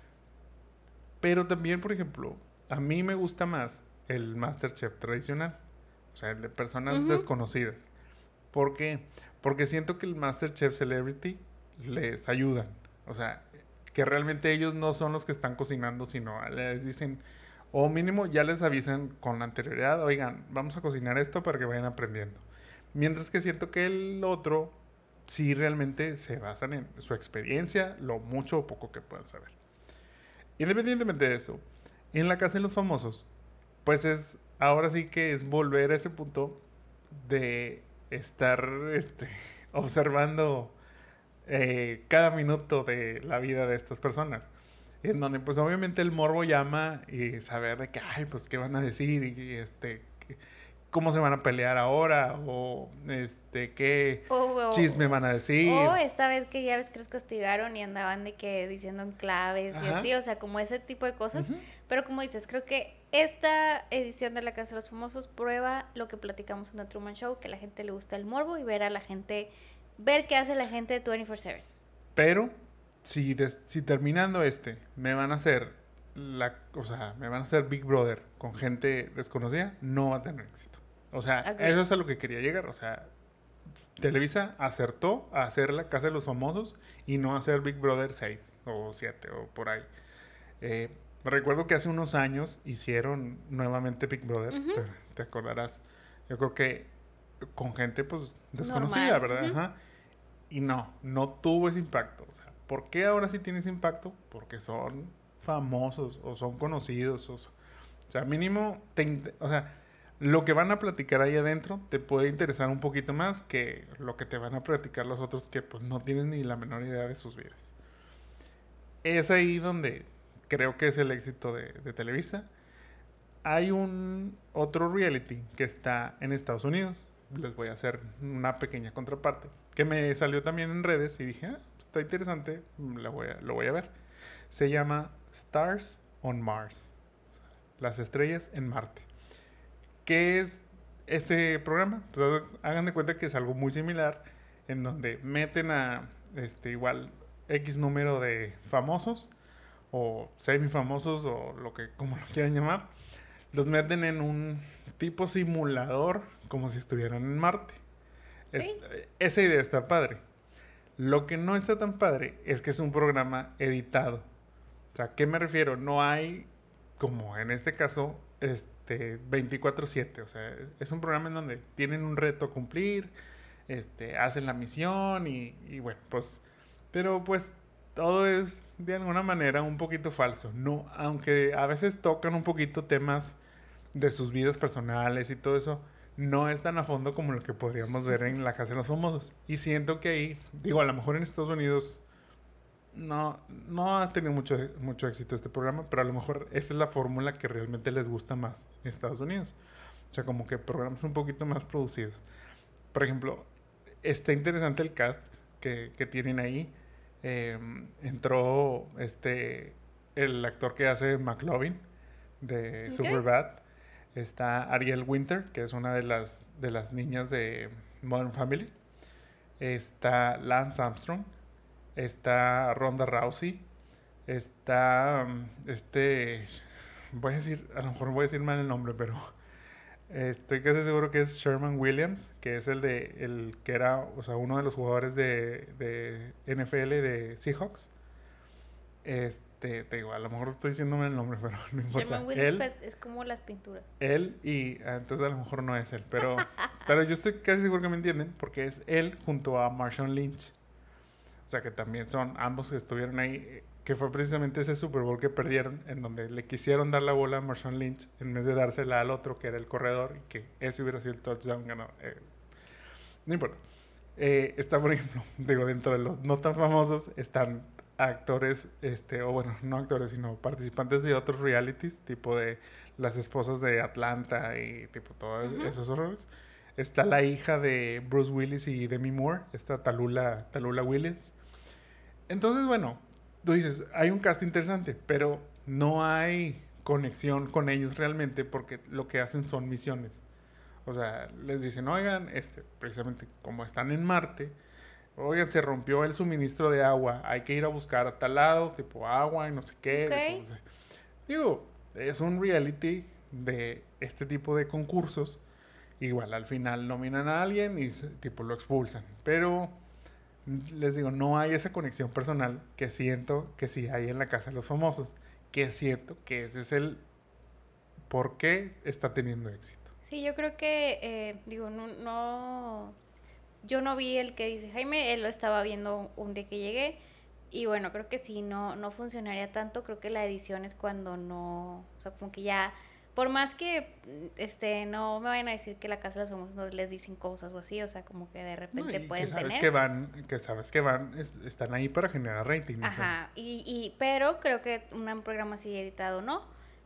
pero también, por ejemplo, a mí me gusta más el MasterChef tradicional, o sea, el de personas uh-huh. desconocidas. ¿Por qué? Porque siento que el MasterChef Celebrity les ayudan, o sea, que realmente ellos no son los que están cocinando, sino les dicen, o mínimo ya les avisan con anterioridad, oigan, vamos a cocinar esto para que vayan aprendiendo. Mientras que siento que el otro sí realmente se basan en su experiencia, lo mucho o poco que puedan saber. Independientemente de eso, en la Casa de los Famosos, pues es, ahora sí que es volver a ese punto de estar este, observando eh, cada minuto de la vida de estas personas. En donde pues obviamente el morbo llama y saber de que, ay, pues qué van a decir y este, que, cómo se van a pelear ahora o este, qué oh, oh, chisme van a decir. O oh, esta vez que ya ves que los castigaron y andaban de que diciendo en claves Ajá. y así, o sea, como ese tipo de cosas. Uh-huh. Pero como dices, creo que esta edición de La Casa de los Famosos prueba lo que platicamos en The Truman Show, que a la gente le gusta el morbo y ver a la gente, ver qué hace la gente de veinticuatro siete. Pero si, des, si terminando este me van a hacer la, o sea, me van a hacer Big Brother con gente desconocida, no va a tener éxito. O sea, okay. eso es a lo que quería llegar. O sea, Televisa acertó a hacer La Casa de los Famosos y no hacer Big Brother seis o siete o por ahí. Eh, recuerdo que hace unos años hicieron nuevamente Big Brother. Uh-huh. te, te acordarás. Yo creo que con gente pues desconocida, Normal. ¿verdad? Uh-huh. Ajá. Y no, no tuvo ese impacto. O sea, ¿por qué ahora sí tiene ese impacto? Porque son famosos o son conocidos. O, o sea, mínimo, te, o sea, lo que van a platicar ahí adentro te puede interesar un poquito más que lo que te van a platicar los otros que pues no tienes ni la menor idea de sus vidas. Es ahí donde creo que es el éxito de, de Televisa. Hay un otro reality que está en Estados Unidos. Les voy a hacer una pequeña contraparte. Que me salió también en redes y dije, ah, está interesante, lo voy a, lo voy a ver. Se llama Stars on Mars. O sea, las estrellas en Marte. ¿Qué es ese programa? Pues hagan de cuenta que es algo muy similar, en donde meten a este igual X número de famosos, o semifamosos, o lo que como lo quieran llamar. Los meten en un tipo simulador, como si estuvieran en Marte. ¿Sí? Es, esa idea está padre. Lo que no está tan padre es que es un programa editado. O sea, ¿a qué me refiero? No hay, como en este caso, este veinticuatro siete. O sea, es un programa en donde tienen un reto a cumplir, este, hacen la misión y, y bueno, pues... Pero pues todo es de alguna manera un poquito falso. No, aunque a veces tocan un poquito temas de sus vidas personales y todo eso, no es tan a fondo como lo que podríamos ver en La Casa de los Famosos. Y siento que ahí, digo, a lo mejor en Estados Unidos no, no ha tenido mucho, mucho éxito este programa, pero a lo mejor esa es la fórmula que realmente les gusta más en Estados Unidos. O sea, como que programas un poquito más producidos. Por ejemplo, está interesante el cast que, que tienen ahí. Eh, entró este el actor que hace McLovin de Okay. Superbad. Está Ariel Winter, que es una de las, de las niñas de Modern Family. Está Lance Armstrong. Está Ronda Rousey. Está um, este... Voy a decir, a lo mejor voy a decir mal el nombre, pero estoy casi seguro que es Sherman Williams, que es el de el que era, o sea, uno de los jugadores de, de N F L de Seahawks. Este, te digo, a lo mejor estoy diciéndome el nombre, pero no importa. Sherman Williams él, pues, es como las pinturas. Él y... Ah, entonces a lo mejor no es él, pero, pero yo estoy casi seguro que me entienden, porque es él junto a Marshawn Lynch. O sea, que también son ambos que estuvieron ahí, que fue precisamente ese Super Bowl que perdieron, en donde le quisieron dar la bola a Marshawn Lynch en vez de dársela al otro, que era el corredor, y que ese hubiera sido el touchdown ganado. Eh, no importa. Eh, está, por ejemplo, digo, dentro de los no tan famosos, están actores, este, o bueno, no actores, sino participantes de otros realities, tipo de las esposas de Atlanta y tipo todos uh-huh. esos horrores. Está la hija de Bruce Willis y Demi Moore, esta Tallulah, Tallulah Willis. Entonces, bueno, tú dices, hay un cast interesante, pero no hay conexión con ellos realmente porque lo que hacen son misiones. O sea, les dicen, oigan, este, precisamente como están en Marte, oigan, se rompió el suministro de agua, hay que ir a buscar a tal lado, tipo agua y no sé qué. Okay. Tipo, digo, es un reality de este tipo de concursos. Igual, al final nominan a alguien y tipo lo expulsan. Pero, les digo, no hay esa conexión personal que siento que sí hay en La Casa de los Famosos. Que siento que ese es el por qué está teniendo éxito. Sí, yo creo que, eh, digo, no, no... Yo no vi el que dice Jaime, él lo estaba viendo un día que llegué. Y bueno, creo que sí, no, no funcionaría tanto. Creo que la edición es cuando no... O sea, como que ya... Por más que este no me vayan a decir que La Casa de los Famosos no les dicen cosas o así, o sea, como que de repente no, pueden que sabes tener. Que van, que sabes que van, es, están ahí para generar rating. Ajá, o sea. y, y, pero creo que un programa así editado, ¿no?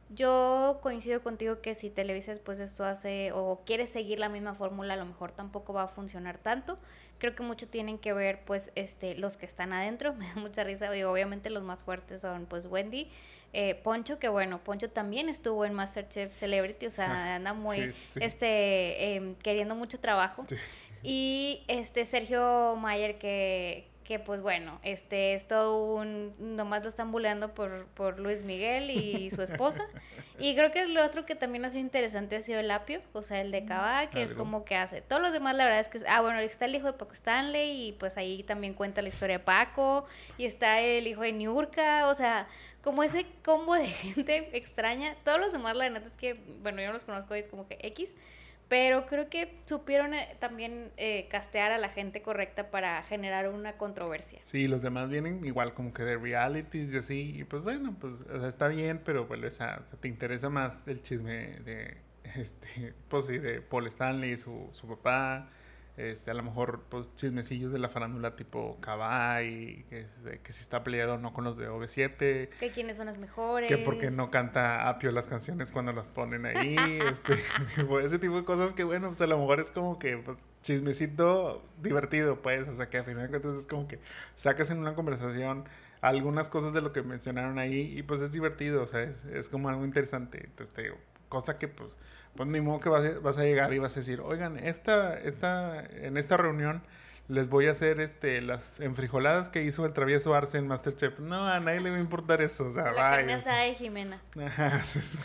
Yo coincido contigo que si Televisa pues esto hace o quiere seguir la misma fórmula, a lo mejor tampoco va a funcionar tanto. Creo que mucho tienen que ver pues este los que están adentro. Me da mucha risa, digo, obviamente los más fuertes son pues Wendy, eh, Poncho, que bueno, Poncho también estuvo en MasterChef Celebrity, o sea, anda muy sí, sí, sí. este eh, queriendo mucho trabajo. Sí. Y este Sergio Mayer que que pues bueno, este es todo un, nomás lo están buleando por, por Luis Miguel y su esposa. Y creo que lo otro que también ha sido interesante ha sido el Apio, o sea, el de Cabá, que ah, es ¿no? como que hace. Todos los demás la verdad es que, ah, bueno, está el hijo de Paco Stanley y pues ahí también cuenta la historia de Paco, y está el hijo de Niurka, o sea, como ese combo de gente extraña. Todos los demás la neta es que, bueno, yo no los conozco y es como que X. Pero creo que supieron eh, también eh, castear a la gente correcta para generar una controversia. Sí, los demás vienen igual como que de realities y así. Y pues bueno, pues o sea, está bien, pero pues o sea, te interesa más el chisme de, este, pues sí, de Paul Stanley, su, su papá. Este, a lo mejor pues chismecillos de la farándula tipo Cabay, que, que si está peleado o no con los de O V siete. Que quiénes son los mejores. Que porque no canta Apio las canciones cuando las ponen ahí. este, ese tipo de cosas que bueno, pues a lo mejor es como que pues, chismecito divertido, pues. O sea que al final de cuentas es como que sacas en una conversación algunas cosas de lo que mencionaron ahí y pues es divertido, o sea, es, es como algo interesante. Entonces te digo, cosa que pues... Pues ni modo que vas a, vas a llegar y vas a decir, oigan, esta, esta, en esta reunión les voy a hacer este las enfrijoladas que hizo el travieso Arce en MasterChef. No, a nadie le va a importar eso. O sea, la vaya, carne asada de Jimena. Ajá,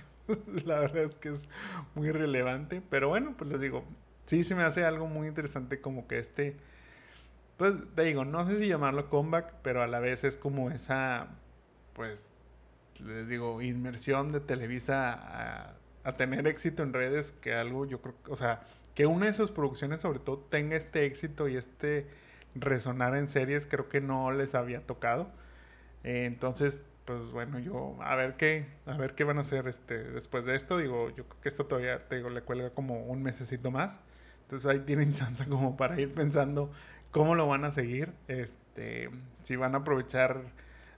la verdad es que es muy relevante. Pero bueno, pues les digo, sí se me hace algo muy interesante como que este, pues te digo, no sé si llamarlo comeback, pero a la vez es como esa, pues, les digo, inmersión de Televisa a... a tener éxito en redes, que algo yo creo, o sea, que una de sus producciones sobre todo tenga este éxito y este resonar en series, creo que no les había tocado. Eh, entonces, pues bueno, yo a ver qué, a ver qué van a hacer este después de esto. Digo, yo creo que esto todavía, te digo, le cuelga como un mesecito más. Entonces ahí tienen chance como para ir pensando cómo lo van a seguir, este, si van a aprovechar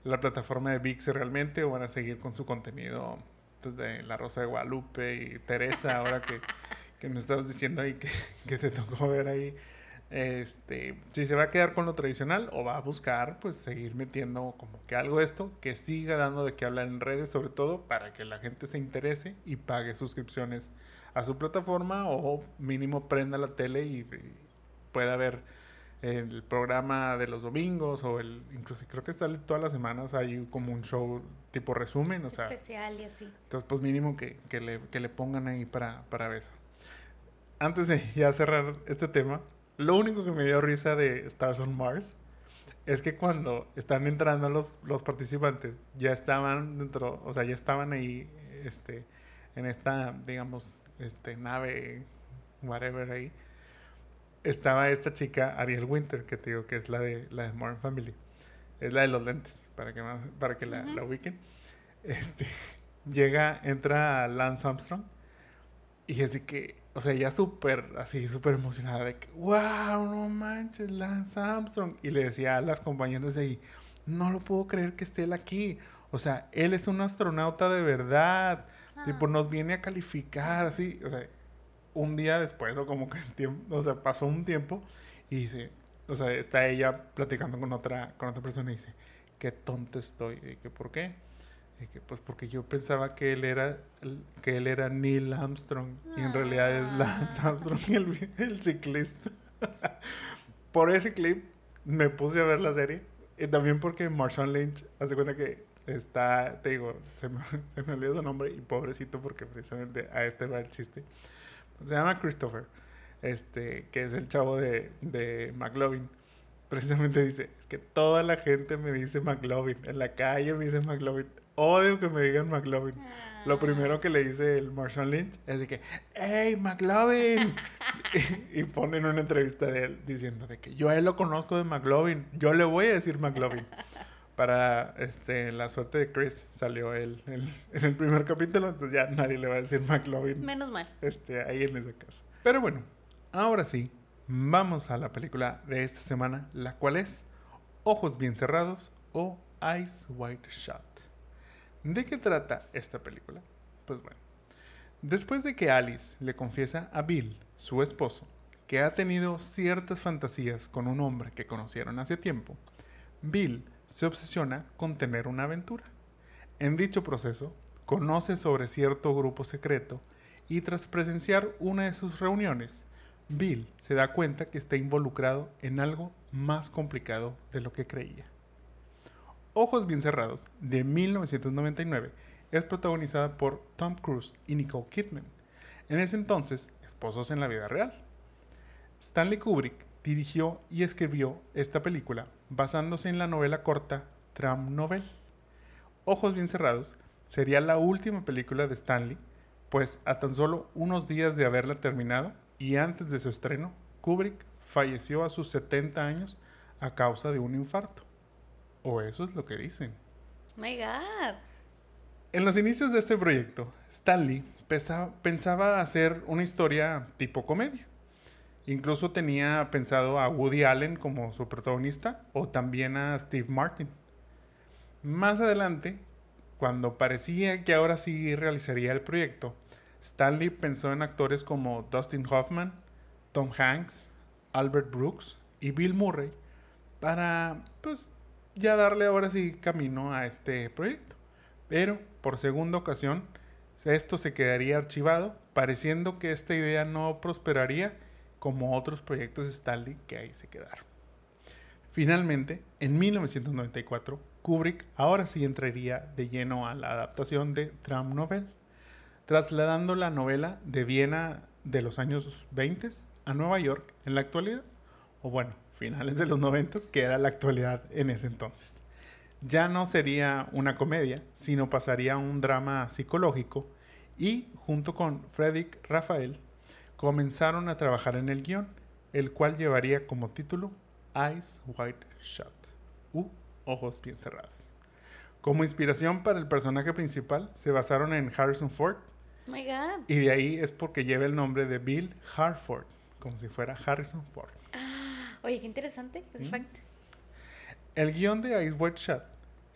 la plataforma de ViX realmente o van a seguir con su contenido pues, de La Rosa de Guadalupe y Teresa, ahora que, que me estabas diciendo ahí que, que te tocó ver ahí. Este, si se va a quedar con lo tradicional o va a buscar pues seguir metiendo como que algo de esto que siga dando de qué hablar en redes, sobre todo para que la gente se interese y pague suscripciones a su plataforma o mínimo prenda la tele y, y pueda ver el programa de los domingos o el incluso creo que sale todas las semanas hay como un show tipo resumen, o sea, especial y así. Entonces pues mínimo que, que, le, que le pongan ahí para, para eso. Antes de ya cerrar este tema, lo único que me dio risa de Stars on Mars es que cuando están entrando los, los participantes, ya estaban dentro, o sea, ya estaban ahí, este, en esta, digamos, este, nave, whatever ahí, estaba esta chica, Ariel Winter, que te digo que es la de, la de Modern Family. Es la de los lentes, para que, para que la, uh-huh. la ubiquen. Este, llega, entra Lance Armstrong y así que, o sea, ya súper, así, súper emocionada de que, wow, no manches, Lance Armstrong. Y le decía a las compañeras de ahí, no lo puedo creer que esté él aquí. O sea, él es un astronauta de verdad. Ah. Tipo, nos viene a calificar, así. O sea, un día después, o como que tiempo, o sea, pasó un tiempo y dice, o sea, está ella platicando con otra, con otra persona y dice, qué tonta estoy. Y que, ¿por qué? Y que, pues porque yo pensaba que él era que él era Neil Armstrong y en realidad es Lance Armstrong el, el ciclista. Por ese clip me puse a ver la serie y también porque Marshawn Lynch hace cuenta que está, te digo, se me, se me olvidó su nombre y pobrecito porque precisamente a este va el chiste. Se llama Christopher, este, que es el chavo de, de McLovin. Precisamente dice, es que toda la gente me dice McLovin, en la calle me dice McLovin. Odio que me digan McLovin. Ah. Lo primero que le dice el Marshawn Lynch es de que, ¡hey, McLovin! y, y ponen una entrevista de él diciendo de que yo a él lo conozco de McLovin, yo le voy a decir McLovin. Para este, la suerte de Chris salió él el, en el primer capítulo, entonces ya nadie le va a decir McLovin. Menos mal. Este, ahí en esa casa. Pero bueno, ahora sí, vamos a la película de esta semana, la cual es Ojos Bien Cerrados o Eyes Wide Shut. ¿De qué trata esta película? Pues bueno, después de que Alice le confiesa a Bill, su esposo, que ha tenido ciertas fantasías con un hombre que conocieron hace tiempo, Bill se obsesiona con tener una aventura. En dicho proceso, conoce sobre cierto grupo secreto y tras presenciar una de sus reuniones, Bill se da cuenta que está involucrado en algo más complicado de lo que creía. Ojos Bien Cerrados, de mil novecientos noventa y nueve, es protagonizada por Tom Cruise y Nicole Kidman, en ese entonces esposos en la vida real. Stanley Kubrick dirigió y escribió esta película basándose en la novela corta Tram Novel. Ojos Bien Cerrados sería la última película de Stanley, pues a tan solo unos días de haberla terminado y antes de su estreno, Kubrick falleció a sus setenta años a causa de un infarto. O eso es lo que dicen. Oh my God. En los inicios de este proyecto, Stanley pensaba, pensaba hacer una historia tipo comedia. Incluso tenía pensado a Woody Allen como su protagonista o también a Steve Martin. Más adelante, cuando parecía que ahora sí realizaría el proyecto, Stanley pensó en actores como Dustin Hoffman, Tom Hanks, Albert Brooks y Bill Murray para, pues, ya darle ahora sí camino a este proyecto. Pero, por segunda ocasión, esto se quedaría archivado, pareciendo que esta idea no prosperaría como otros proyectos de Stanley que ahí se quedaron. Finalmente, en mil novecientos noventa y cuatro, Kubrick ahora sí entraría de lleno a la adaptación de Tram Novel, trasladando la novela de Viena de los años veinte a Nueva York en la actualidad, o bueno, finales de los noventa, que era la actualidad en ese entonces. Ya no sería una comedia, sino pasaría a un drama psicológico y, junto con Frédéric Raphael, comenzaron a trabajar en el guión, el cual llevaría como título Eyes Wide Shut, u Ojos Bien Cerrados. Como inspiración para el personaje principal, se basaron en Harrison Ford. Oh my God. Y de ahí es porque lleva el nombre de Bill Harford, como si fuera Harrison Ford. Oye, qué interesante ese ¿Mm? fact. El guión de Eyes Wide Shut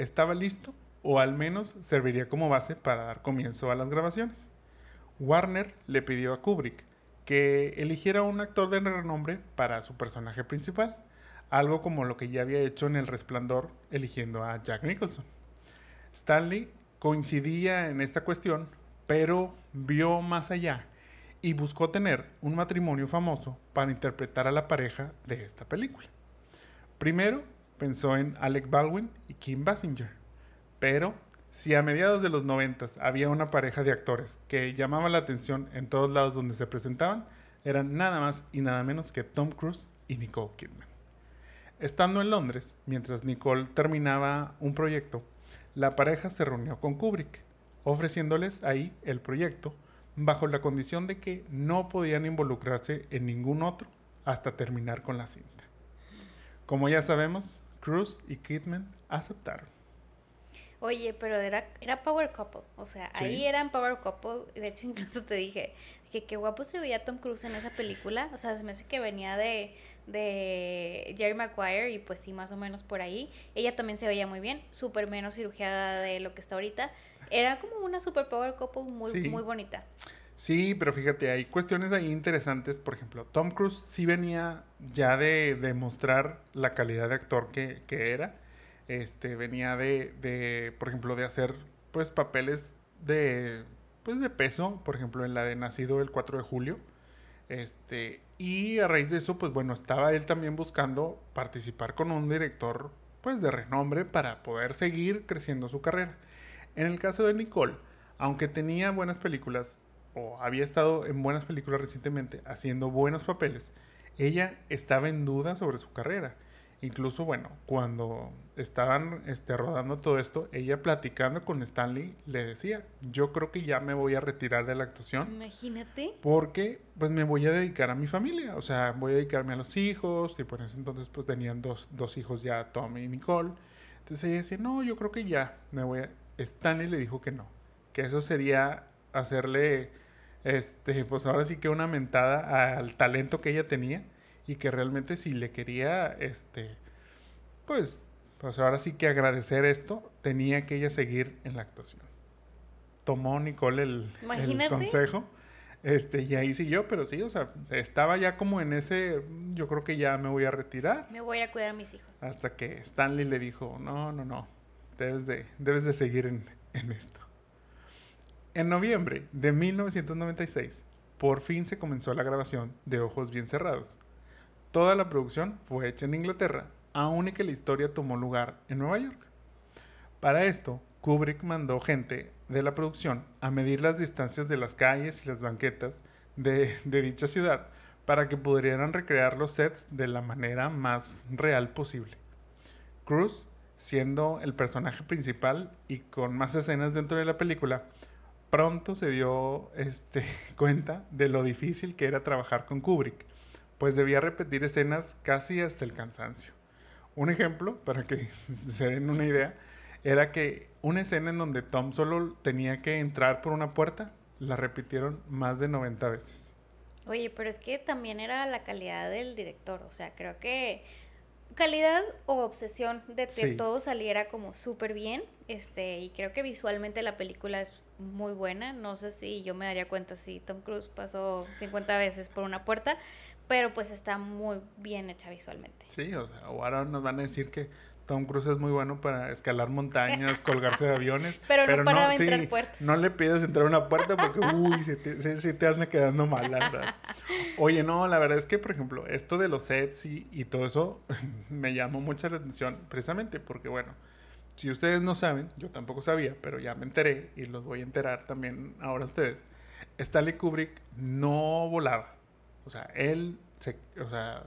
estaba listo o al menos serviría como base para dar comienzo a las grabaciones. Warner le pidió a Kubrick que eligiera un actor de renombre para su personaje principal, algo como lo que ya había hecho en El Resplandor eligiendo a Jack Nicholson. Stanley coincidía en esta cuestión, pero vio más allá y buscó tener un matrimonio famoso para interpretar a la pareja de esta película. Primero pensó en Alec Baldwin y Kim Basinger, pero si a mediados de los noventas había una pareja de actores que llamaba la atención en todos lados donde se presentaban, eran nada más y nada menos que Tom Cruise y Nicole Kidman. Estando en Londres, mientras Nicole terminaba un proyecto, la pareja se reunió con Kubrick, ofreciéndoles ahí el proyecto, bajo la condición de que no podían involucrarse en ningún otro hasta terminar con la cinta. Como ya sabemos, Cruise y Kidman aceptaron. Oye, pero era, era Power Couple, o sea, sí. Ahí eran Power Couple, de hecho incluso te dije que qué guapo se veía Tom Cruise en esa película, o sea, se me hace que venía de, de Jerry Maguire y pues sí, más o menos por ahí. Ella también se veía muy bien, súper menos cirugiada de lo que está ahorita, era como una super Power Couple muy, sí. muy bonita. Sí, pero fíjate, hay cuestiones ahí interesantes. Por ejemplo, Tom Cruise sí venía ya de demostrar la calidad de actor que, que era. Este, venía de, de, por ejemplo, de hacer pues papeles de, pues, de peso, por ejemplo, en la de Nacido el cuatro de julio. Este, y a raíz de eso, pues bueno, estaba él también buscando participar con un director pues de renombre para poder seguir creciendo su carrera. En el caso de Nicole, aunque tenía buenas películas, o había estado en buenas películas recientemente haciendo buenos papeles, ella estaba en duda sobre su carrera. Incluso, bueno, cuando estaban este, rodando todo esto, ella platicando con Stanley le decía, yo creo que ya me voy a retirar de la actuación. Imagínate. Porque pues me voy a dedicar a mi familia, o sea, voy a dedicarme a los hijos, y por ese entonces pues tenían dos, dos hijos ya, Tom y Nicole. Entonces ella decía, no, yo creo que ya me voy a... Stanley le dijo que no, que eso sería hacerle, este, pues ahora sí que una mentada al talento que ella tenía y que realmente si le quería, este, pues, pues ahora sí que agradecer esto, tenía que ella seguir en la actuación. Tomó Nicole el, el consejo, este, y ahí siguió, pero sí, o sea, estaba ya como en ese, yo creo que ya me voy a retirar. Me voy a ir a cuidar a mis hijos. Hasta que Stanley le dijo, no, no, no, debes de, debes de seguir en, en esto. En noviembre de mil novecientos noventa y seis, por fin se comenzó la grabación de Ojos Bien Cerrados. Toda la producción fue hecha en Inglaterra, aun que la historia tomó lugar en Nueva York. Para esto, Kubrick mandó gente de la producción a medir las distancias de las calles y las banquetas de, de dicha ciudad para que pudieran recrear los sets de la manera más real posible. Cruise, siendo el personaje principal y con más escenas dentro de la película, pronto se dio este, cuenta de lo difícil que era trabajar con Kubrick, pues debía repetir escenas casi hasta el cansancio. Un ejemplo, para que se den una idea, era que una escena en donde Tom solo tenía que entrar por una puerta, la repitieron más de noventa veces. Oye, pero es que también era la calidad del director, o sea, creo que calidad o obsesión de que sí. todo saliera como súper bien, este, y creo que visualmente la película es muy buena. No sé si yo me daría cuenta si Tom Cruise pasó cincuenta veces por una puerta, pero pues está muy bien hecha visualmente. Sí, o sea, ahora nos van a decir que Tom Cruise es muy bueno para escalar montañas, colgarse de aviones. pero, pero no para no, entrar sí, puertas. No le pidas entrar a una puerta porque, uy, se te, se, se te anda quedando mal, la verdad. Oye, no, la verdad es que, por ejemplo, esto de los sets y, y todo eso me llamó mucha la atención, precisamente porque, bueno, si ustedes no saben, yo tampoco sabía, pero ya me enteré y los voy a enterar también ahora a ustedes. Stanley Kubrick no volaba. O sea, él se, o sea,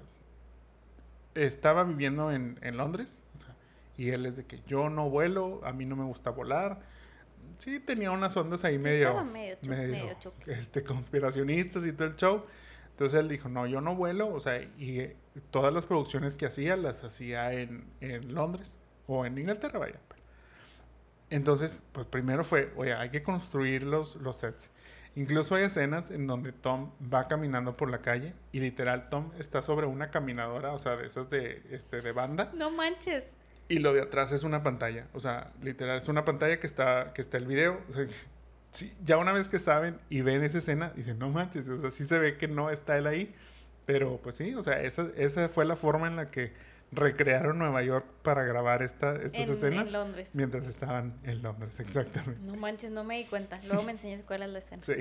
estaba viviendo en, en Londres, o sea, y él es de que yo no vuelo, a mí no me gusta volar. Sí, tenía unas ondas ahí sí, medio, medio, cho- medio, medio este, conspiracionistas y todo el show. Entonces él dijo, no, yo no vuelo, o sea, y eh, todas las producciones que hacía, las hacía en, en Londres, o en Inglaterra, vaya. Entonces, pues primero fue, oye, hay que construir los, los sets. Incluso hay escenas en donde Tom va caminando por la calle y literal Tom está sobre una caminadora, o sea, de esas de, este, de banda. No manches. y lo de atrás es una pantalla. O sea, literal, es una pantalla que está, que está el video. O sea, sí, ya una vez que saben y ven esa escena, dicen, no manches, o sea, sí se ve que no está él ahí. Pero pues sí, o sea, esa, esa fue la forma en la que recrearon Nueva York para grabar esta, estas en, escenas. En Londres. Mientras estaban en Londres, exactamente. No manches, no me di cuenta. Luego me enseñas cuál es la escena. Sí.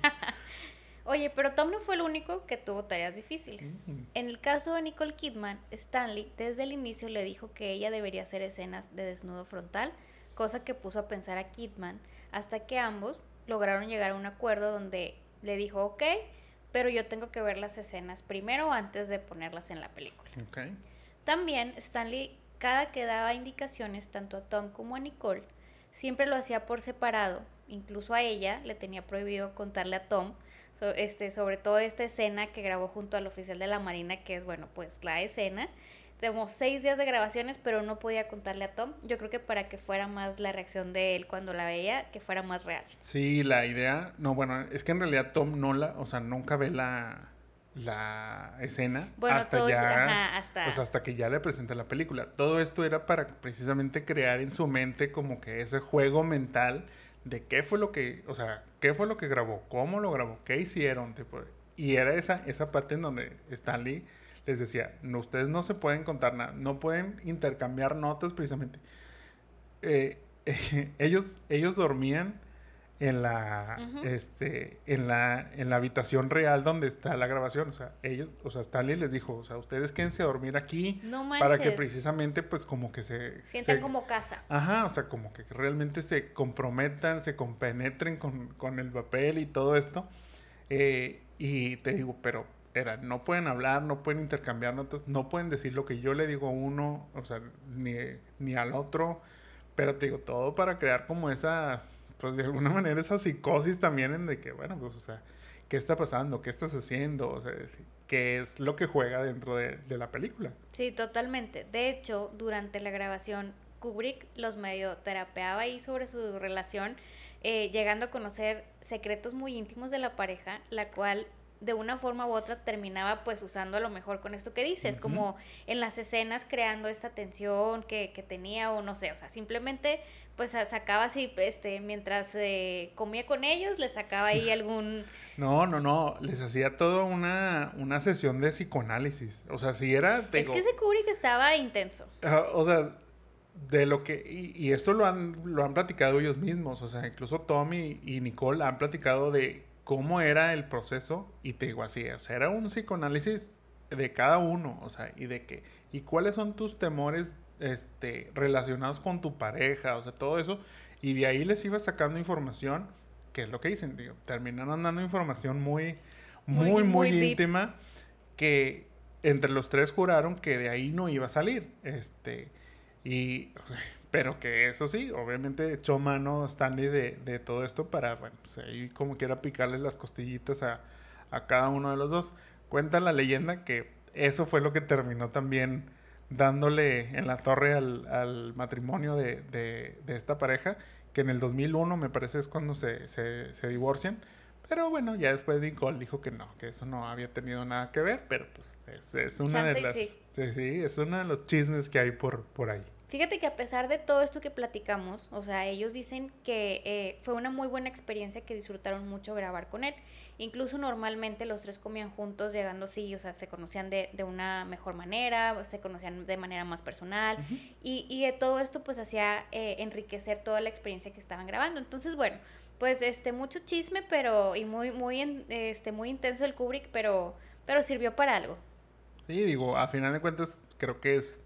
Oye, pero Tom no fue el único que tuvo tareas difíciles. Mm. En el caso de Nicole Kidman, Stanley desde el inicio le dijo que ella debería hacer escenas de desnudo frontal, cosa que puso a pensar a Kidman, hasta que ambos lograron llegar a un acuerdo donde le dijo, ok, pero yo tengo que ver las escenas primero antes de ponerlas en la película. Okay. También Stanley, cada que daba indicaciones tanto a Tom como a Nicole, siempre lo hacía por separado. Incluso a ella le tenía prohibido contarle a Tom so, este, sobre todo esta escena que grabó junto al oficial de la Marina, que es, bueno, pues la escena. Tenemos seis días de grabaciones, pero no podía contarle a Tom. Yo creo que para que fuera más la reacción de él cuando la veía, que fuera más real. Sí, la idea, no, bueno, es que en realidad Tom no la, o sea, nunca ve la, la escena bueno, hasta todo ya, es, ajá, hasta... o sea, hasta que ya le presenta la película. Todo esto era para precisamente crear en su mente como que ese juego mental de qué fue lo que, o sea, qué fue lo que grabó, cómo lo grabó, qué hicieron, tipo, y era esa, esa parte en donde Stanley les decía, no, ustedes no se pueden contar nada, no pueden intercambiar notas precisamente. Eh, eh, ellos, ellos dormían en la, uh-huh. este, en la, en la habitación real donde está la grabación. O sea, ellos, o sea, Stanley les dijo, o sea, ustedes quédense a dormir aquí no para que precisamente, pues, como que se sientan se, como casa. Ajá, o sea, como que realmente se comprometan, se compenetren con, con el papel y todo esto. Eh, y te digo, pero era, no pueden hablar, no pueden intercambiar notas, no pueden decir lo que yo le digo a uno, o sea, ni, ni al otro, pero te digo, todo para crear como esa, pues de alguna manera esa psicosis también en de que, bueno, pues, o sea, ¿qué está pasando? ¿Qué estás haciendo? O sea, ¿qué es lo que juega dentro de, de la película? Sí, totalmente. De hecho, durante la grabación, Kubrick los medio terapeaba ahí sobre su relación, eh, llegando a conocer secretos muy íntimos de la pareja, la cual de una forma u otra terminaba pues usando a lo mejor con esto que dices, uh-huh. como en las escenas creando esta tensión que, que tenía o no sé, o sea, simplemente pues sacaba así, este, mientras eh, comía con ellos, les sacaba ahí algún... No, no, no, les hacía toda una, una sesión de psicoanálisis, o sea, si era... Te es digo, que ese Kubrick estaba intenso. Uh, o sea, de lo que... Y, y esto lo han, lo han platicado ellos mismos, o sea, incluso Tommy y Nicole han platicado de cómo era el proceso, y te digo así, o sea, era un psicoanálisis de cada uno, o sea, y de que, y cuáles son tus temores este, relacionados con tu pareja, o sea, todo eso, y de ahí les iba sacando información, que es lo que dicen, digo, terminaron dando información muy, muy, muy, muy, muy íntima, que entre los tres juraron que de ahí no iba a salir, este, y... Pero que eso sí, obviamente echó mano Stanley de, de todo esto para, bueno, pues ahí como quiera picarle las costillitas a, a cada uno de los dos. Cuenta la leyenda que eso fue lo que terminó también dándole en la torre al, al matrimonio de, de, de esta pareja, que en el dos mil uno me parece es cuando se, se, se divorcian. Pero bueno, ya después Nicole dijo que no, que eso no había tenido nada que ver, pero pues es, es una Chance de las... Sí. Sí, sí, es uno de los chismes que hay por, por ahí. Fíjate que a pesar de todo esto que platicamos, o sea, ellos dicen que eh, fue una muy buena experiencia, que disfrutaron mucho grabar con él. Incluso normalmente los tres comían juntos, llegando sí, o sea, se conocían de, de una mejor manera, se conocían de manera más personal. Uh-huh. y, y de todo esto pues hacía eh, enriquecer toda la experiencia que estaban grabando. Entonces, bueno, pues este mucho chisme, pero y muy muy este muy intenso el Kubrick, pero pero sirvió para algo. Sí, digo, a final de cuentas creo que es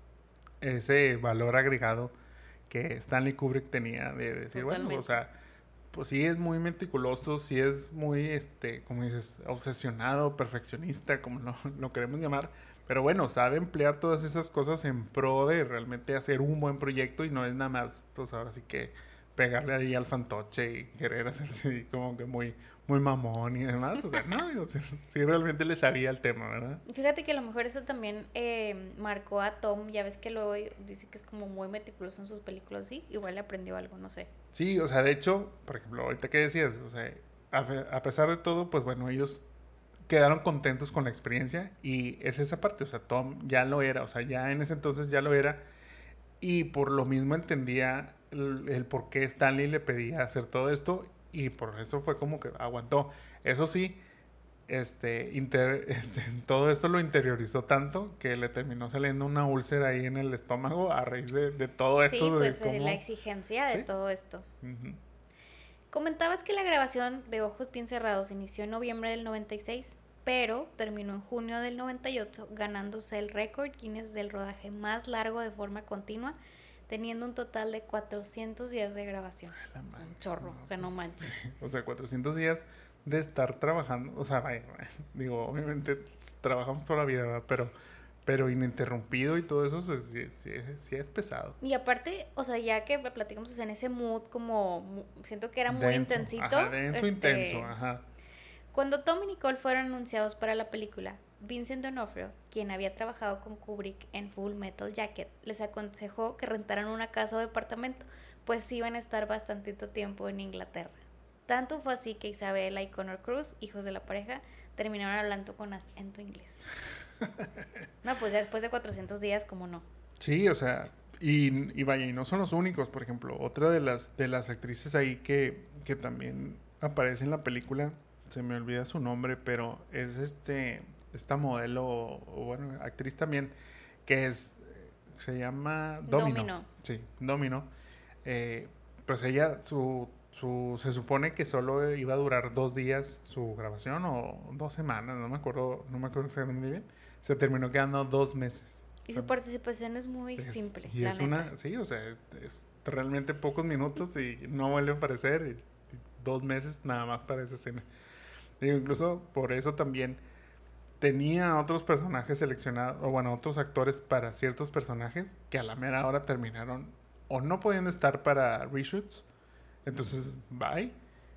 ese valor agregado que Stanley Kubrick tenía de decir, Totalmente. Bueno, o sea, pues sí es muy meticuloso, sí es muy, este, como dices, obsesionado, perfeccionista, como lo, lo queremos llamar, pero bueno, sabe emplear todas esas cosas en pro de realmente hacer un buen proyecto y no es nada más, pues ahora sí que pegarle ahí al fantoche y querer hacerse como que muy, muy mamón y demás. O sea, no, digo, sí, sí realmente le sabía el tema, ¿verdad? Fíjate que a lo mejor eso también eh, marcó a Tom. Ya ves que luego dice que es como muy meticuloso en sus películas, sí, igual le aprendió algo, no sé. Sí, o sea, de hecho, por ejemplo, ahorita que decías, o sea, a, a pesar de todo, pues bueno, ellos quedaron contentos con la experiencia y es esa parte, o sea, Tom ya lo era, o sea, ya en ese entonces ya lo era. y por lo mismo entendía el, el por qué Stanley le pedía hacer todo esto y por eso fue como que aguantó. Eso sí, este, inter, este, todo esto lo interiorizó tanto que le terminó saliendo una úlcera ahí en el estómago a raíz de, de todo esto. Sí, pues de cómo... la exigencia de ¿Sí? todo esto. Uh-huh. Comentabas que la grabación de Ojos Bien Cerrados inició en noviembre del noventa y seis, pero terminó en junio del noventa y ocho, ganándose el récord Guinness del rodaje más largo de forma continua, teniendo un total de cuatrocientos días de grabación. O sea, un chorro, no, o sea, no manches. Sí, o sea, cuatrocientos días de estar trabajando, o sea, vaya, vaya, digo, obviamente trabajamos toda la vida, ¿verdad? pero pero ininterrumpido y todo eso sí, sí, sí, sí es pesado. Y aparte, o sea, ya que platicamos, o sea, en ese mood como, siento que era muy denso, intensito. Ajá, denso, este, intenso, ajá. Cuando Tom y Nicole fueron anunciados para la película, Vincent D'Onofrio, quien había trabajado con Kubrick en Full Metal Jacket, les aconsejó que rentaran una casa o departamento, pues iban a estar bastantito tiempo en Inglaterra. Tanto fue así que Isabella y Connor Cruz, hijos de la pareja, terminaron hablando con acento inglés. No, pues ya después de cuatrocientos días, ¿cómo no? Sí, o sea, y, y vaya, y no son los únicos. Por ejemplo, otra de las, de las actrices ahí que, que también aparece en la película, se me olvida su nombre, pero es este esta modelo, o bueno, actriz también, que es, se llama Domino. Domino. Sí, Domino. Eh, pues ella, su, su, se supone que solo iba a durar dos días su grabación, o dos semanas, no me acuerdo, no me acuerdo exactamente bien. Se terminó quedando dos meses. Y o sea, su participación es muy es, simple. Y la es neta. una, sí, o sea, es realmente pocos minutos y no vuelve a aparecer. Y, y dos meses nada más para esa escena. Digo, incluso por eso también tenía otros personajes seleccionados, o bueno, otros actores para ciertos personajes que a la mera hora terminaron o no pudiendo estar para reshoots. Entonces, bye.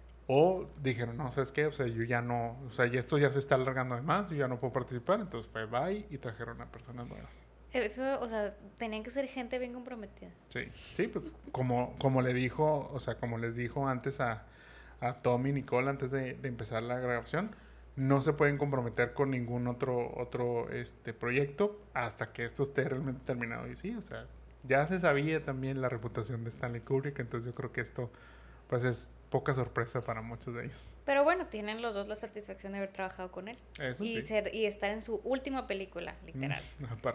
O dijeron, no, ¿sabes qué? O sea, yo ya no, o sea, ya esto ya se está alargando de más, yo ya no puedo participar. Entonces fue bye y trajeron a personas nuevas. Eso, o sea, tenían que ser gente bien comprometida. Sí, sí, pues como, como le dijo, o sea, como les dijo antes a, a Tom y Nicole antes de, de empezar la grabación, no se pueden comprometer con ningún otro, otro este, proyecto hasta que esto esté realmente terminado. Y sí, o sea, ya se sabía también la reputación de Stanley Kubrick, entonces yo creo que esto pues es poca sorpresa para muchos de ellos. Pero bueno, tienen los dos la satisfacción de haber trabajado con él. Eso y sí. Ser, y estar en su última película, literal. Mm, aparte.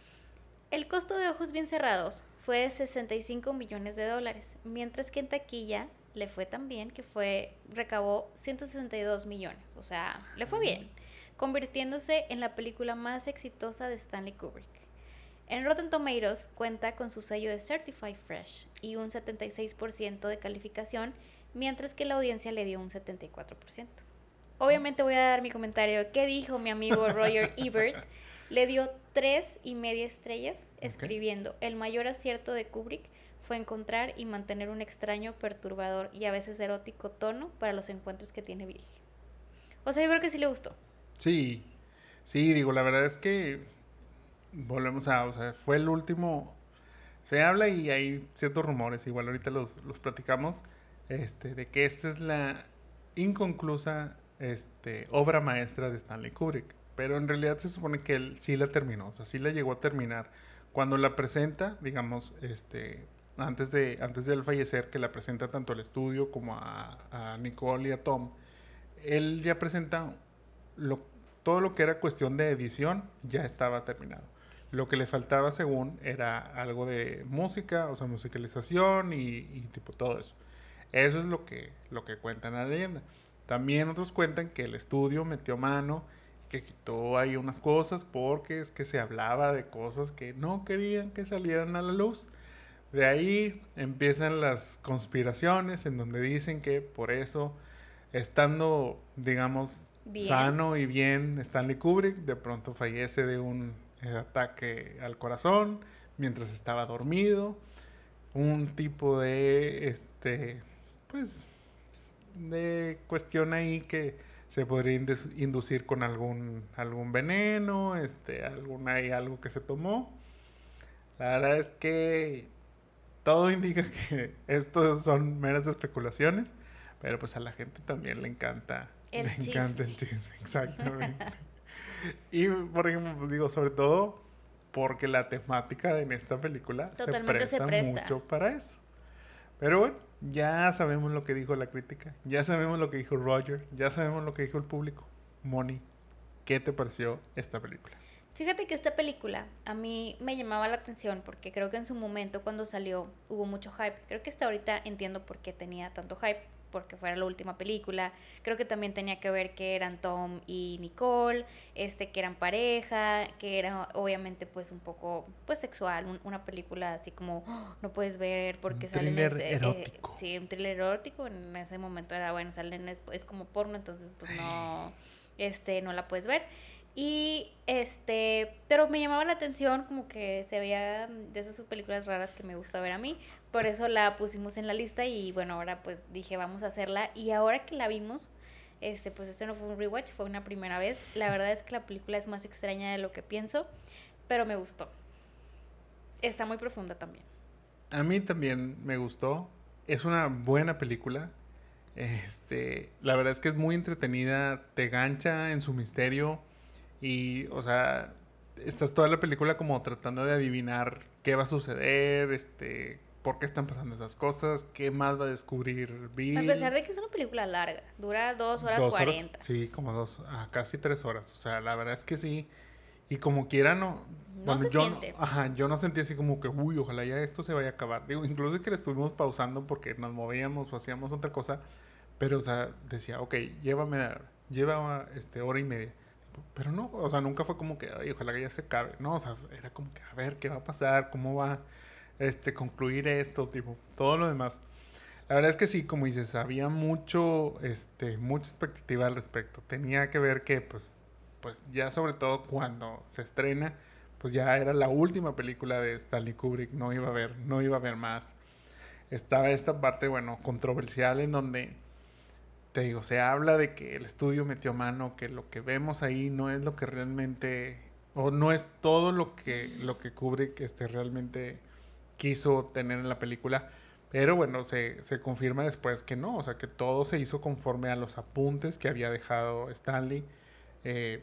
El costo de Ojos Bien Cerrados fue de sesenta y cinco millones de dólares, mientras que en taquilla le fue tan bien que fue recabó ciento sesenta y dos millones, o sea, le fue bien, convirtiéndose en la película más exitosa de Stanley Kubrick. En Rotten Tomatoes cuenta con su sello de Certified Fresh y un setenta y seis por ciento de calificación, mientras que la audiencia le dio un setenta y cuatro por ciento. Obviamente voy a dar mi comentario. ¿Qué dijo mi amigo Roger Ebert? Le dio tres y media estrellas, escribiendo: okay. El mayor acierto de Kubrick fue encontrar y mantener un extraño, perturbador y a veces erótico tono para los encuentros que tiene Bill. O sea, yo creo que sí le gustó. Sí, sí, digo, la verdad es que volvemos a, o sea, fue el último, se habla y hay ciertos rumores, igual ahorita los, los platicamos, este, de que esta es la inconclusa este, obra maestra de Stanley Kubrick. Pero en realidad se supone que él sí la terminó, o sea, sí la llegó a terminar. Cuando la presenta, digamos, este, antes de, antes de él fallecer, que la presenta tanto al estudio como a, a Nicole y a Tom, él ya presenta lo, todo lo que era cuestión de edición, ya estaba terminado. Lo que le faltaba, según, era algo de música, o sea, musicalización y, y tipo todo eso. Eso es lo que, lo que cuenta en la leyenda. También otros cuentan que el estudio metió mano, que quitó ahí unas cosas porque es que se hablaba de cosas que no querían que salieran a la luz. De ahí empiezan las conspiraciones en donde dicen que por eso, estando, digamos, bien. sano y bien Stanley Kubrick, de pronto fallece de un eh, ataque al corazón mientras estaba dormido. Un tipo de, este, pues, de cuestión ahí que se podría inducir con algún, algún veneno, este, algún, hay algo que se tomó. La verdad es que todo indica que estos son meras especulaciones, pero pues a la gente también le encanta el le chisme. encanta el chisme, exactamente. Y por ejemplo, digo, sobre todo porque la temática en esta película Totalmente se presta, se presta mucho para eso. Pero bueno, ya sabemos lo que dijo la crítica, ya sabemos lo que dijo Roger, ya sabemos lo que dijo el público. Moni, ¿qué te pareció esta película? Fíjate que esta película a mí me llamaba la atención porque creo que en su momento cuando salió hubo mucho hype. Creo que hasta ahorita entiendo por qué tenía tanto hype, porque fuera la última película. Creo que también tenía que ver que eran Tom y Nicole, este, que eran pareja, que era obviamente pues un poco pues sexual, un, una película así como oh, no puedes ver porque un salen thriller ese, erótico. Eh, sí, un thriller erótico. En ese momento era bueno, salen es, es como porno, entonces pues no, este, no la puedes ver. Y este, pero me llamaba la atención, como que se veía de esas películas raras que me gusta ver a mí, por eso la pusimos en la lista y bueno, ahora pues dije vamos a hacerla y ahora que la vimos, este, pues esto no fue un rewatch, fue una primera vez. La verdad es que la película es más extraña de lo que pienso, pero me gustó. Está muy profunda también. A mí también me gustó, es una buena película. Este, la verdad es que es muy entretenida, te gancha en su misterio. Y, o sea, estás toda la película como tratando de adivinar qué va a suceder, este, por qué están pasando esas cosas, qué más va a descubrir Bill. A pesar de que es una película larga, dura dos horas dos cuarenta. Horas, sí, como dos, ah, casi tres horas. O sea, la verdad es que sí. Y como quiera, no. No Bueno, se yo siente. No, ajá, yo no sentí así como que, uy, ojalá ya esto se vaya a acabar. Digo, incluso que le estuvimos pausando porque nos movíamos o hacíamos otra cosa. Pero, o sea, decía, ok, llévame, lleva este, hora y media. Pero no, o sea, nunca fue como que, ay, ojalá que ya se acabe. No, o sea, era como que, a ver, ¿qué va a pasar? ¿Cómo va este concluir esto? Tipo, todo lo demás. La verdad es que sí, como dices, había mucho, este, mucha expectativa al respecto. Tenía que ver que, pues, pues ya sobre todo cuando se estrena, pues ya era la última película de Stanley Kubrick. No iba a haber, no iba a haber más. Estaba esta parte, bueno, controversial en donde te digo, se habla de que el estudio metió mano, que lo que vemos ahí no es lo que realmente, o no es todo lo que, lo que Kubrick este, realmente quiso tener en la película. Pero bueno, se, se confirma después que no, o sea, que todo se hizo conforme a los apuntes que había dejado Stanley. Eh,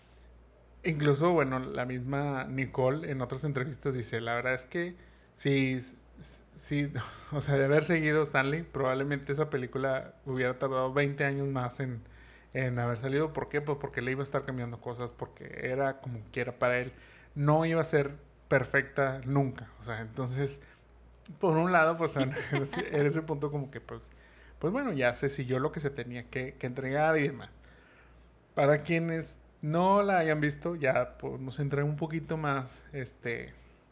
incluso, bueno, la misma Nicole en otras entrevistas dice, la verdad es que sí... Sí, o sea, de haber seguido Stanley, probablemente esa película hubiera tardado veinte años más en, en haber salido. ¿Por qué? Pues porque le iba a estar cambiando cosas, porque era como quiera para él. No iba a ser perfecta nunca. O sea, entonces, por un lado, pues en ese punto como que pues, pues bueno, ya se siguió lo que se tenía que, que entregar y demás. Para quienes no la hayan visto, ya podemos entrar un poquito más, este...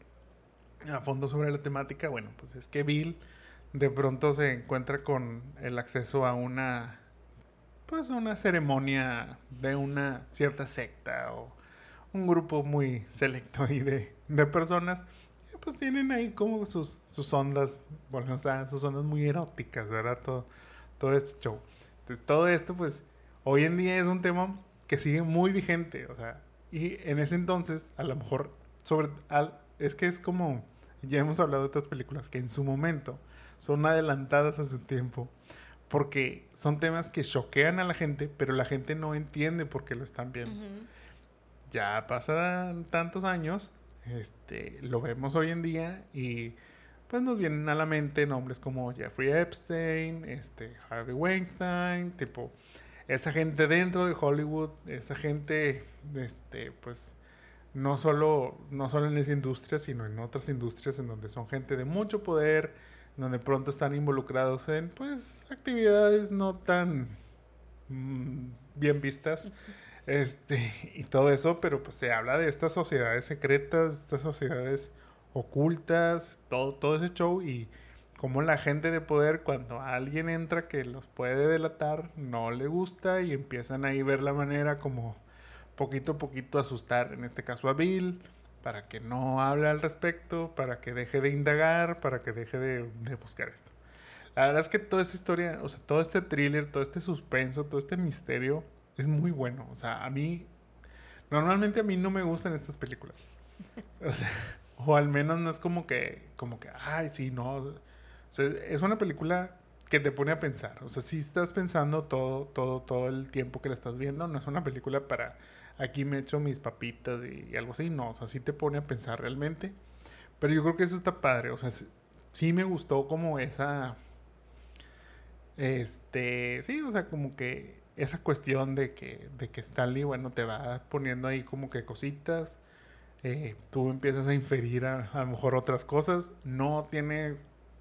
a fondo sobre la temática. Bueno, pues es que Bill de pronto se encuentra con el acceso a una pues una ceremonia de una cierta secta o un grupo muy selecto ahí de, de personas y pues tienen ahí como sus, sus ondas, bueno, o sea, sus ondas muy eróticas, ¿verdad? Todo, todo este show. Entonces todo esto pues hoy en día es un tema que sigue muy vigente, o sea, y en ese entonces a lo mejor sobre al, es que es como ya hemos hablado de otras películas que en su momento son adelantadas a su tiempo porque son temas que choquean a la gente, pero la gente no entiende por qué lo están viendo. Uh-huh. Ya pasan tantos años, este, lo vemos hoy en día y pues nos vienen a la mente nombres como Jeffrey Epstein, este, Harvey Weinstein, tipo esa gente dentro de Hollywood, esa gente, este, pues no solo, no solo en esa industria, sino en otras industrias en donde son gente de mucho poder, donde pronto están involucrados en, pues, actividades no tan mmm, bien vistas, este, y todo eso, pero pues se habla de estas sociedades secretas, estas sociedades ocultas, todo, todo ese show, y cómo la gente de poder, cuando alguien entra que los puede delatar, no le gusta, y empiezan ahí a ver la manera como poquito a poquito asustar, en este caso a Bill, para que no hable al respecto, para que deje de indagar, para que deje de, de buscar esto. La verdad es que toda esta historia, o sea, todo este thriller, todo este suspenso, todo este misterio es muy bueno. O sea, a mí, normalmente a mí no me gustan estas películas. O sea, o al menos no es como que, como que, ay, sí, no. O sea, es una película que te pone a pensar. O sea, si estás pensando todo, todo, todo el tiempo que la estás viendo. No es una película para aquí me echo mis papitas y, y algo así. No, o sea, sí te pone a pensar realmente. Pero yo creo que eso está padre. O sea, sí, sí me gustó como esa... Este... Sí, o sea, como que esa cuestión de que, de que Stanley, bueno, te va poniendo ahí como que cositas. Eh, tú empiezas a inferir a, a lo mejor otras cosas. No tiene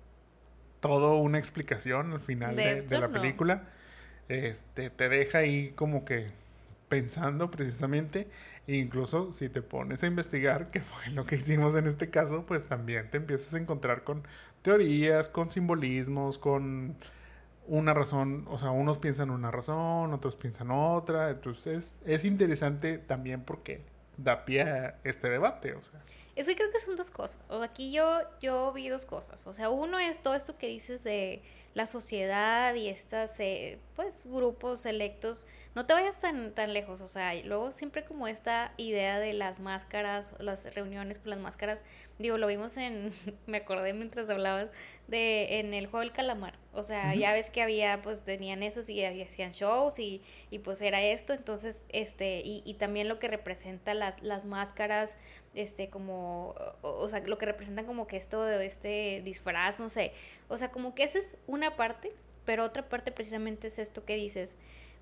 todo una explicación al final De de, de hecho, la no. película. Este, te deja ahí como que pensando precisamente. E incluso si te pones a investigar, que fue lo que hicimos en este caso, pues también te empiezas a encontrar con teorías, con simbolismos, con una razón. O sea, unos piensan una razón, otros piensan otra. Entonces es, es interesante también porque da pie a este debate, o sea. Es que creo que son dos cosas. O sea, aquí yo, yo vi dos cosas. O sea, uno es todo esto que dices de la sociedad y estas, eh, pues, grupos selectos. No te vayas tan, tan lejos. O sea, y luego siempre como esta idea de las máscaras, las reuniones con las máscaras. Digo, lo vimos en, me acordé mientras hablabas, de en el juego del calamar. O sea, Ujú. ya ves que había, pues, tenían esos y, y hacían shows y, y pues era esto. Entonces, este, y, y también lo que representa las, las máscaras este como o, o sea lo que representan como que esto de este disfraz, no sé, o sea, como que esa es una parte, pero otra parte precisamente es esto que dices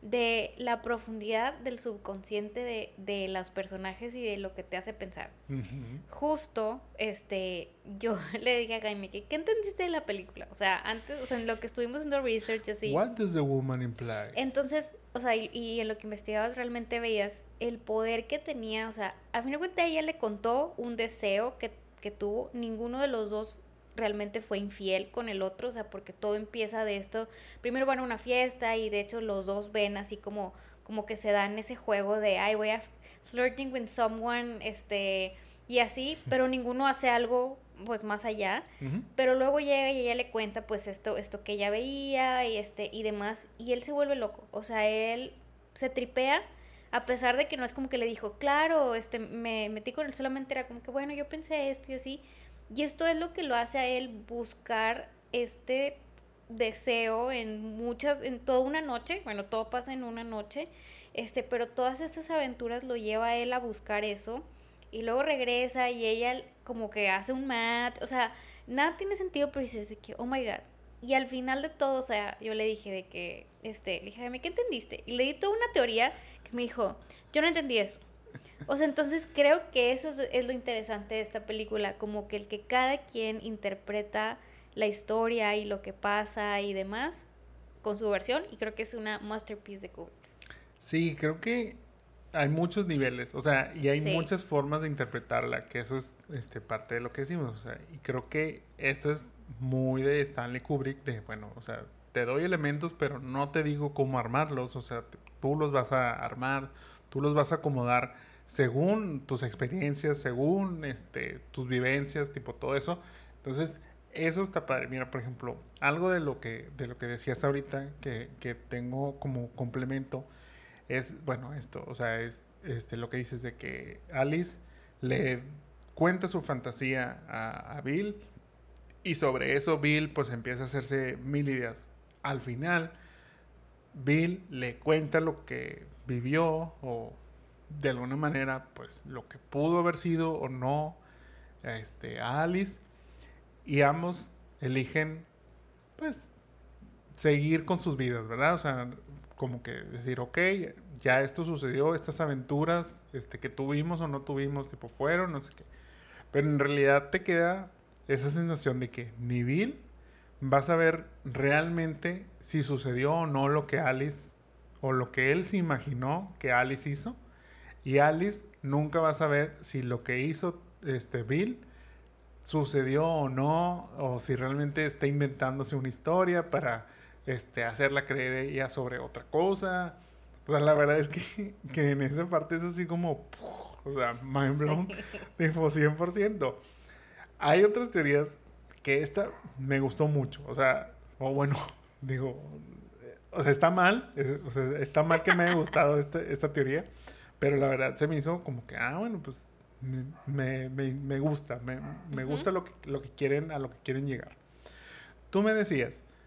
de la profundidad del subconsciente de, de los personajes y de lo que te hace pensar. Ujú. Justo, este, yo le dije a Jaime que, ¿qué entendiste de la película? O sea, antes, o sea, en lo que estuvimos haciendo research así, What does the woman imply? entonces, o sea, y, y en lo que investigabas realmente veías el poder que tenía, o sea, a fin de cuentas ella le contó un deseo que, que tuvo, ninguno de los dos realmente fue infiel con el otro, o sea, porque todo empieza de esto, primero van a una fiesta y de hecho los dos ven así como, como que se dan ese juego de, ay, voy a flirting with someone, este, y así, pero ninguno hace algo pues más allá, Ujú. pero luego llega y ella le cuenta pues esto, esto que ella veía y este y demás, y él se vuelve loco, o sea, él se tripea, a pesar de que no es como que le dijo, claro, este, me metí con él, solamente era como que bueno, yo pensé esto y así, y esto es lo que lo hace a él buscar este deseo en muchas, en toda una noche, bueno, todo pasa en una noche, este, pero todas estas aventuras lo lleva a él a buscar eso, y luego regresa y ella como que hace un match, o sea, nada tiene sentido, pero dices de que, oh my god. Y al final de todo, o sea, yo le dije de que, este, le dije, Jaime, ¿qué entendiste? Y le di toda una teoría que me dijo, yo no entendí eso. O sea, entonces creo que eso es, es lo interesante de esta película, como que el que cada quien interpreta la historia y lo que pasa y demás con su versión, y creo que es una masterpiece de Kubrick. Sí, creo que hay muchos niveles, o sea, y hay Sí, muchas formas de interpretarla, que eso es este, parte de lo que decimos, o sea, y creo que eso es muy de Stanley Kubrick, de, bueno, o sea, te doy elementos, pero no te digo cómo armarlos, o sea, te- tú los vas a armar, tú los vas a acomodar según tus experiencias, según este, tus vivencias, tipo todo eso. Entonces, eso está padre. Mira, por ejemplo, algo de lo que, de lo que decías ahorita, que, que tengo como complemento, es, bueno, esto, o sea, es este, lo que dices de que Alice le cuenta su fantasía a, a Bill y sobre eso Bill pues empieza a hacerse mil ideas. Al final, Bill le cuenta lo que vivió o de alguna manera pues lo que pudo haber sido o no este, a Alice y ambos eligen pues seguir con sus vidas, ¿verdad? O sea, como que decir, ok, ya esto sucedió, estas aventuras este, que tuvimos o no tuvimos, tipo, fueron, no sé qué. Pero en realidad te queda esa sensación de que ni Bill vas a ver realmente si sucedió o no lo que Alice o lo que él se imaginó que Alice hizo. Y Alice nunca va a saber si lo que hizo este Bill sucedió o no, o si realmente está inventándose una historia para este, hacerla creer ella sobre otra cosa. O sea, la verdad es que, que en esa parte es así como, ¡puf! O sea, mind sí. blown, tipo cien por ciento. Hay otras teorías que esta me gustó mucho, o sea, o bueno, digo, o sea, está mal, eh, o sea, está mal que me haya gustado esta, esta teoría, pero la verdad se me hizo como que, ah, bueno, pues me, me, me, me gusta, me, me Ujú. gusta lo que, lo que quieren, a lo que quieren llegar. Tú me decías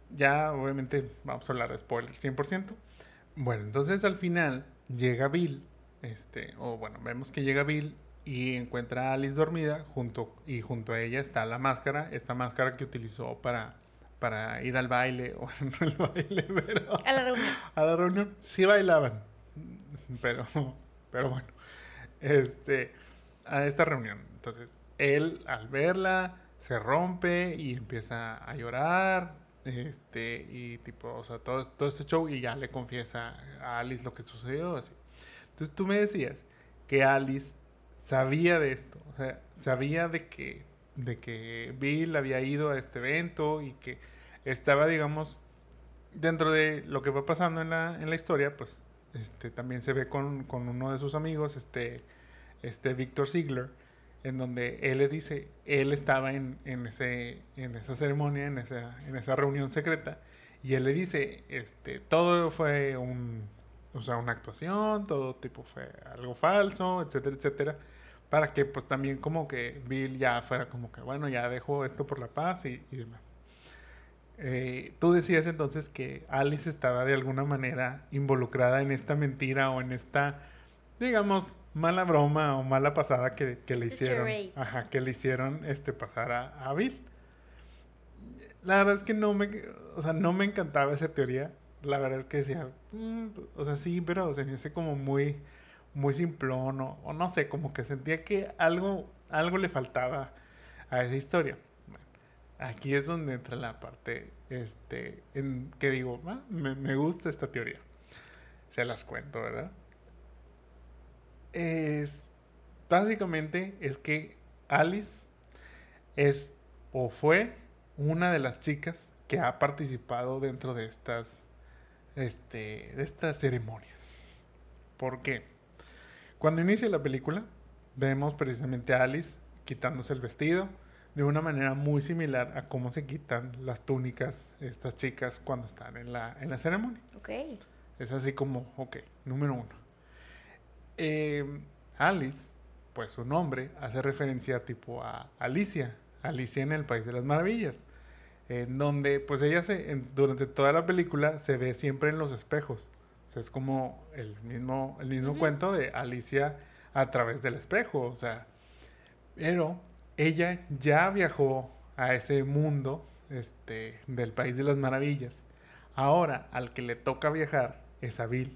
ya obviamente vamos a hablar de spoilers cien por ciento. Bueno, entonces al final llega Bill, este, o bueno, vemos que llega Bill y encuentra a Alice dormida junto, y junto a ella está la máscara, esta máscara que utilizó para, para ir al baile, o no al baile, pero... A la reunión. A la reunión, sí bailaban, pero, pero bueno, este, a esta reunión. Entonces, él al verla se rompe y empieza a llorar, este, y tipo, o sea, todo, todo este show, y ya le confiesa a Alice lo que sucedió, así. Entonces tú me decías que Alice sabía de esto, o sea, sabía de que, de que Bill había ido a este evento y que estaba, digamos, dentro de lo que va pasando en la, en la historia, pues este, también se ve con, con uno de sus amigos, este, este Victor Ziegler, en donde él le dice, él estaba en, en, ese, en esa ceremonia, en esa, en esa reunión secreta, y él le dice, este, todo fue un, o sea, una actuación, todo tipo fue algo falso, etcétera, etcétera, para que pues también como que Bill ya fuera como que, bueno, ya dejó esto por la paz y, y demás. Eh, tú decías entonces que Alice estaba de alguna manera involucrada en esta mentira o en esta, digamos, mala broma o mala pasada que, que le hicieron, ajá, que le hicieron este pasar a, a Bill. La verdad es que no me, o sea, no me encantaba esa teoría. La verdad es que decía, mm, o sea, sí, pero se me hace como muy, muy simplón o, o no sé, como que sentía que algo, algo le faltaba a esa historia. Aquí es donde entra la parte este, en que digo, ah, me, me gusta esta teoría. Se las cuento, ¿verdad? Es, básicamente es que Alice es o fue una de las chicas que ha participado dentro de estas, este, de estas ceremonias. ¿Por qué? Cuando inicia la película, vemos precisamente a Alice quitándose el vestido, de una manera muy similar a cómo se quitan las túnicas estas chicas cuando están en la, en la ceremonia. Ok. Es así como, ok, número uno. Eh, Alice, pues su nombre hace referencia tipo a Alicia, Alicia en el País de las Maravillas, en donde pues ella se, en, durante toda la película se ve siempre en los espejos. O sea, es como el mismo, el mismo uh-huh. cuento de Alicia a través del espejo, o sea, pero ella ya viajó a ese mundo este, del País de las Maravillas. Ahora, al que le toca viajar es a Bill.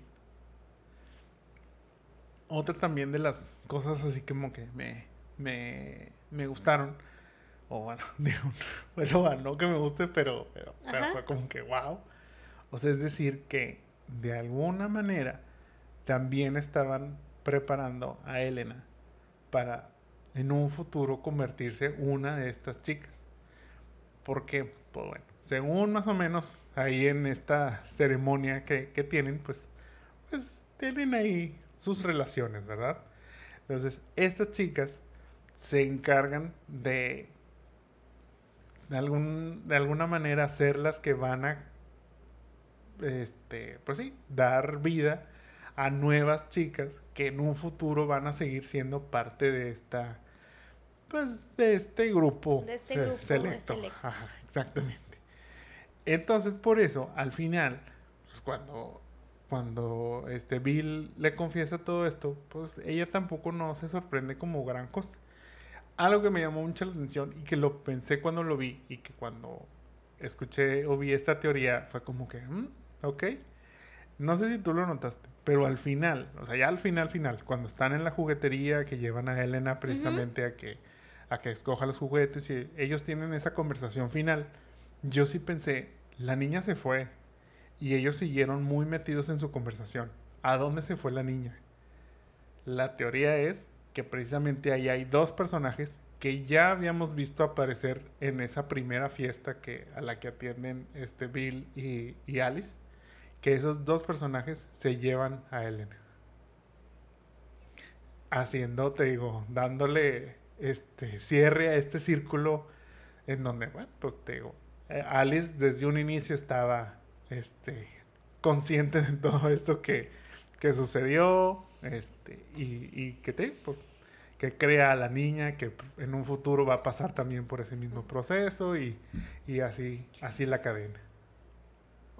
Otra también de las cosas así como que me, me, me gustaron, o bueno, digo, bueno, no que me guste, pero, pero, pero fue como que wow. O sea, es decir, que de alguna manera también estaban preparando a Elena para en un futuro convertirse una de estas chicas. Porque, pues bueno, según más o menos ahí en esta ceremonia que, que tienen, pues, pues tienen ahí sus relaciones, ¿verdad? Entonces, estas chicas se encargan de de, algún, de alguna manera ser las que van a este, pues sí, dar vida a nuevas chicas que en un futuro van a seguir siendo parte de esta, pues, de este grupo, de este grupo selecto. selecto. Ajá, exactamente. Entonces, por eso, al final, pues cuando, cuando este Bill le confiesa todo esto, pues ella tampoco no se sorprende como gran cosa. Algo que me llamó mucho la atención y que lo pensé cuando lo vi y que cuando escuché o vi esta teoría fue como que, ¿Mm? ok. No sé si tú lo notaste, pero al final, o sea, ya al final, final, cuando están en la juguetería que llevan a Elena precisamente uh-huh. a que a que escoja los juguetes y ellos tienen esa conversación final, yo sí pensé, la niña se fue y ellos siguieron muy metidos en su conversación. ¿A dónde se fue la niña? La teoría es que precisamente ahí hay dos personajes que ya habíamos visto aparecer en esa primera fiesta que, a la que atienden este Bill y, y Alice, que esos dos personajes se llevan a Elena. Haciendo, te digo, dándole este cierre a este círculo en donde, bueno, pues te digo, Alice desde un inicio estaba este, consciente de todo esto que, que sucedió, este, y, y que te, pues, que crea a la niña que en un futuro va a pasar también por ese mismo proceso y, y así, así la cadena.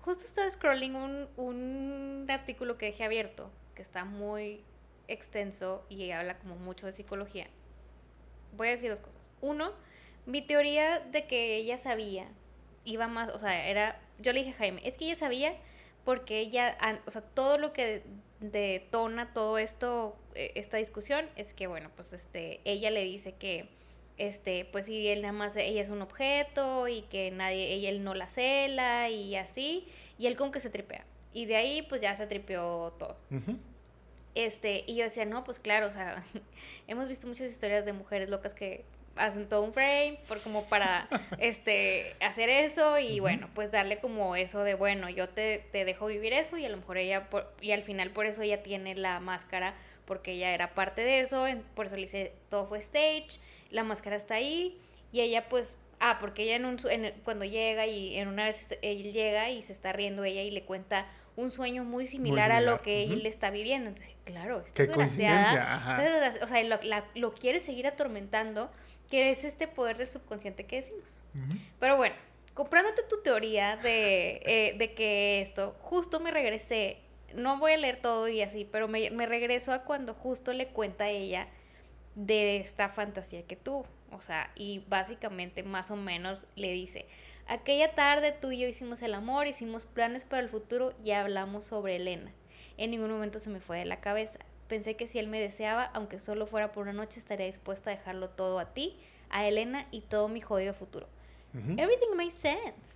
justo estaba scrolling un, un artículo que dejé abierto, que está muy extenso y habla como mucho de psicología. Voy a decir dos cosas. Uno, mi teoría de que ella sabía, iba más, o sea, era, yo le dije a Jaime, es que ella sabía porque ella, o sea, todo lo que detona todo esto, esta discusión, es que, bueno, pues este, ella le dice que, este, pues si él nada más, ella es un objeto y que nadie, ella, él no la cela y así, y él como que se tripea. Y de ahí, pues ya se tripeó todo. Uh-huh. Este, y yo decía, no, pues claro, o sea, hemos visto muchas historias de mujeres locas que hacen todo un frame por como para este hacer eso y uh-huh. Bueno, pues darle como eso de bueno, yo te, te dejo vivir eso y a lo mejor ella, por, y al final por eso ella tiene la máscara, porque ella era parte de eso, por eso le dice, todo fue stage, la máscara está ahí y ella pues, ah, porque ella en un, en, cuando llega y en una vez él llega y se está riendo ella y le cuenta un sueño muy similar, muy similar. a lo que uh-huh. él está viviendo. Entonces, claro, esta desgraciada, esta desgraciada, o sea, lo, la, lo quiere seguir atormentando, que es este poder del subconsciente que decimos. Uh-huh. Pero bueno, comprándote tu teoría de, eh, de que esto, justo me regresé, no voy a leer todo y así, pero me, me regreso a cuando justo le cuenta a ella de esta fantasía que tuvo. O sea, y básicamente más o menos le dice, aquella tarde tú y yo hicimos el amor, hicimos planes para el futuro y hablamos sobre Elena. En ningún momento se me fue de la cabeza. Pensé que si él me deseaba, aunque solo fuera por una noche, estaría dispuesta a dejarlo todo a ti, a Elena y todo mi jodido futuro. Uh-huh. Everything makes sense.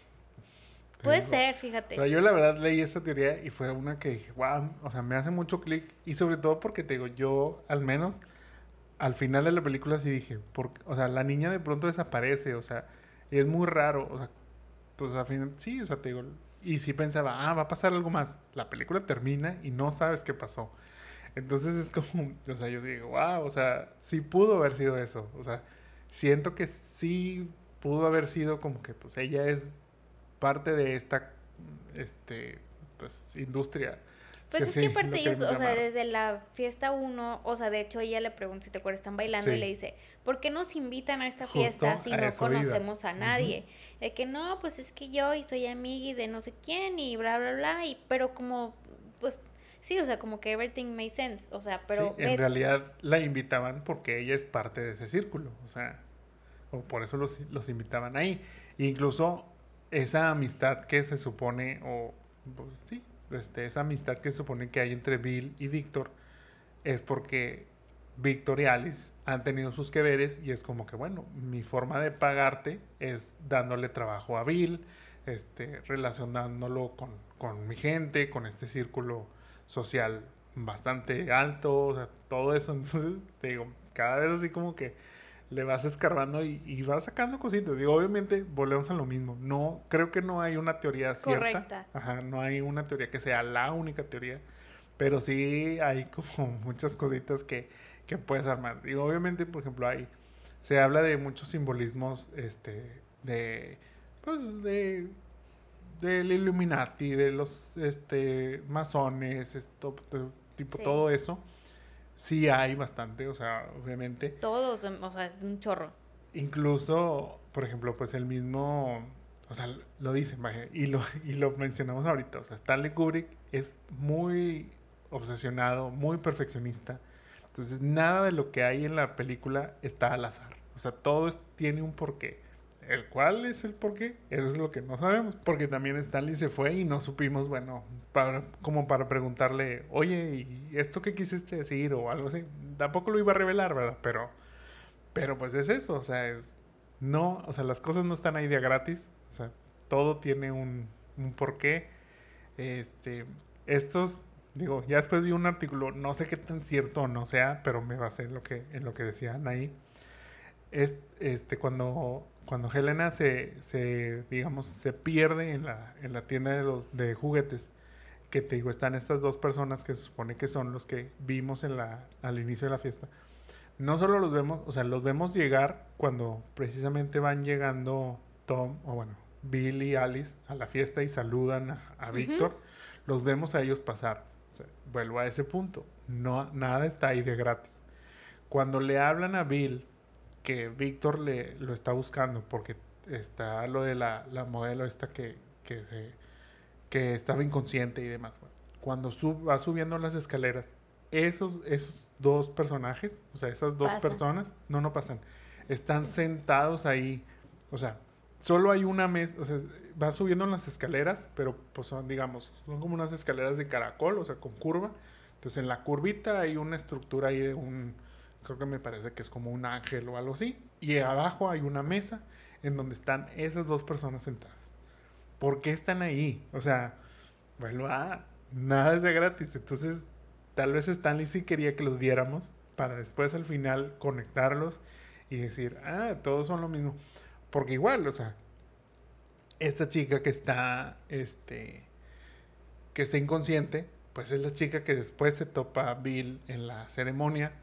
Puede digo, ser, fíjate. O sea, yo la verdad leí esta teoría y fue una que dije, wow, o sea, me hace mucho clic. Y sobre todo porque te digo, yo al menos al final de la película sí dije, porque, o sea, la niña de pronto desaparece, o sea, es muy raro, o sea, pues al final, sí, o sea, te digo, y sí pensaba, ah, va a pasar algo más. La película termina y no sabes qué pasó. Entonces es como, o sea, yo digo, wow, o sea, sí pudo haber sido eso. O sea, siento que sí pudo haber sido como que, pues, ella es parte de esta, este, pues, industria. Pues sí, es que aparte ellos, o sea, desde la fiesta uno, o sea, de hecho ella le pregunta si te acuerdas, están bailando sí. Y le dice, ¿por qué nos invitan a esta Justo fiesta si no conocemos iba. a nadie? Uh-huh. De que no, pues es que yo y soy amiga de no sé quién y bla, bla, bla, y pero como, pues, sí, o sea, como que everything made sense, o sea, pero... Sí, en realidad la invitaban porque ella es parte de ese círculo, o sea, o por eso los, los invitaban ahí. E incluso esa amistad que se supone, o pues sí, Este, esa amistad que se supone que hay entre Bill y Víctor es porque Víctor y Alice han tenido sus que veres y es como que, bueno, mi forma de pagarte es dándole trabajo a Bill, este, relacionándolo con, con mi gente, con este círculo social bastante alto, o sea, todo eso. Entonces, te digo, cada vez así como que le vas escarbando y, y vas sacando cositas. Digo, obviamente, volvemos a lo mismo. No, creo que no hay una teoría cierta. Correcta. Ajá, no hay una teoría que sea la única teoría. Pero sí hay como muchas cositas que, que puedes armar. Digo, obviamente, por ejemplo, hay... Se habla de muchos simbolismos, este, de... Pues, de... del Illuminati, de los, este, masones, esto, tipo, sí. Todo eso. Sí hay bastante, o sea, obviamente. Todos, o sea, es un chorro. Incluso, por ejemplo, pues el mismo, o sea, lo dicen, vaya, y lo, y lo mencionamos ahorita, o sea, Stanley Kubrick es muy obsesionado, muy perfeccionista. Entonces, nada de lo que hay en la película está al azar. O sea, todo es, tiene un porqué. ¿El cuál es el porqué? Eso es lo que no sabemos. Porque también Stanley se fue y no supimos, bueno, para, como para preguntarle, oye, ¿y esto qué quisiste decir? O algo así. Tampoco lo iba a revelar, ¿verdad? Pero, pero pues es eso, o sea, es... No, o sea, las cosas no están ahí de gratis. O sea, todo tiene un, un porqué. Este, estos, digo, ya después vi un artículo, no sé qué tan cierto o no sea, pero me basé en lo que, en lo que decían ahí. Es, este, cuando... Cuando Helena se, se, digamos, se pierde en la, en la tienda de, los, de juguetes, que te digo, están estas dos personas que se supone que son los que vimos en la, al inicio de la fiesta. No solo los vemos, o sea, los vemos llegar cuando precisamente van llegando Tom, o bueno, Bill y Alice a la fiesta y saludan a, a uh-huh. Víctor. Los vemos a ellos pasar. O sea, vuelvo a ese punto. No, nada está ahí de gratis. Cuando le hablan a Bill que Víctor le lo está buscando porque está lo de la, la modelo esta que, que se que estaba inconsciente y demás. Bueno, cuando sub, va subiendo las escaleras, esos, esos dos personajes, o sea, esas dos Pasan. personas, no, no pasan, están sentados ahí, o sea, solo hay una mesa, o sea, va subiendo las escaleras, pero pues son, digamos, son como unas escaleras de caracol, o sea, con curva. Entonces en la curvita hay una estructura ahí de un, creo que me parece que es como un ángel o algo así, y abajo hay una mesa en donde están esas dos personas sentadas. ¿Por qué están ahí? O sea, bueno, ah, nada es de gratis. Entonces, tal vez Stanley sí quería que los viéramos para después al final conectarlos y decir, ah, todos son lo mismo. Porque igual, o sea, esta chica que está, este, que está inconsciente, pues es la chica que después se topa a Bill en la ceremonia.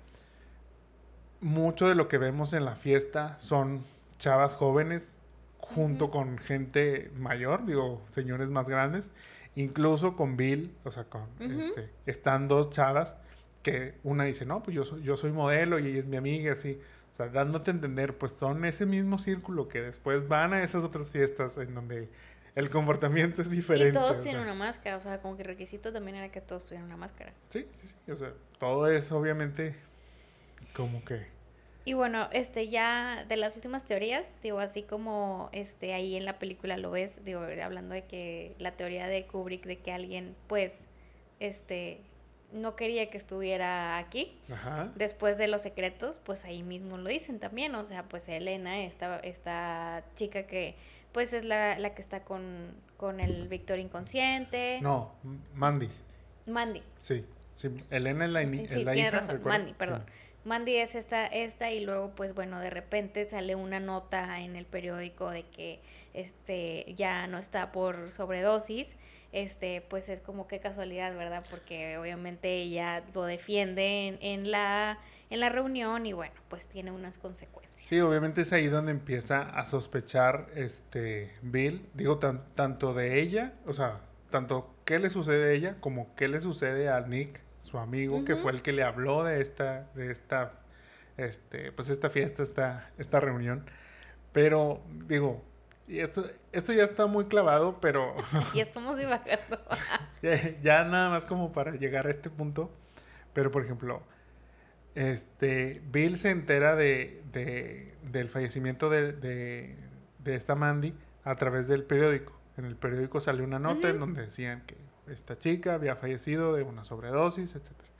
Mucho de lo que vemos en la fiesta son chavas jóvenes junto uh-huh. con gente mayor, digo, señores más grandes, incluso con Bill, o sea, con uh-huh. este, están dos chavas que una dice, no, pues yo soy, yo soy modelo y ella es mi amiga, así, o sea, dándote a entender, pues son ese mismo círculo que después van a esas otras fiestas en donde el comportamiento es diferente. Y todos tienen sea. una máscara, o sea, como que el requisito también era que todos tuvieran una máscara. Sí, sí, sí, o sea, todo es obviamente como que... Y bueno, este, ya de las últimas teorías, digo, así como este ahí en la película lo ves, digo, hablando de que la teoría de Kubrick de que alguien, pues, este, no quería que estuviera aquí, Ajá. después de Los Secretos, pues ahí mismo lo dicen también, o sea, pues Elena, esta, esta chica que, pues, es la, la que está con, con el Víctor inconsciente. No, Mandy. Mandy. Sí, sí, Elena es la, in- sí, es la tiene hija. razón, ¿recuerda? Mandy, perdón. Sí. Mandy es esta, esta y luego pues bueno, de repente sale una nota en el periódico de que este ya no está por sobredosis, este pues es como que casualidad, ¿verdad? Porque obviamente ella lo defiende en, en la en la reunión y bueno, pues tiene unas consecuencias. Sí, obviamente es ahí donde empieza a sospechar este Bill, digo tan, tanto de ella, o sea, tanto qué le sucede a ella como qué le sucede a Nick, su amigo, uh-huh. que fue el que le habló de esta, de esta, este, pues esta fiesta, esta, esta reunión. Pero, digo, y esto, esto ya está muy clavado, pero... ya estamos divagando. ya, ya nada más como para llegar a este punto. Pero, por ejemplo, este, Bill se entera de, de, del fallecimiento de, de, de esta Mandy a través del periódico. En el periódico salió una nota uh-huh. en donde decían que esta chica había fallecido de una sobredosis, etcétera.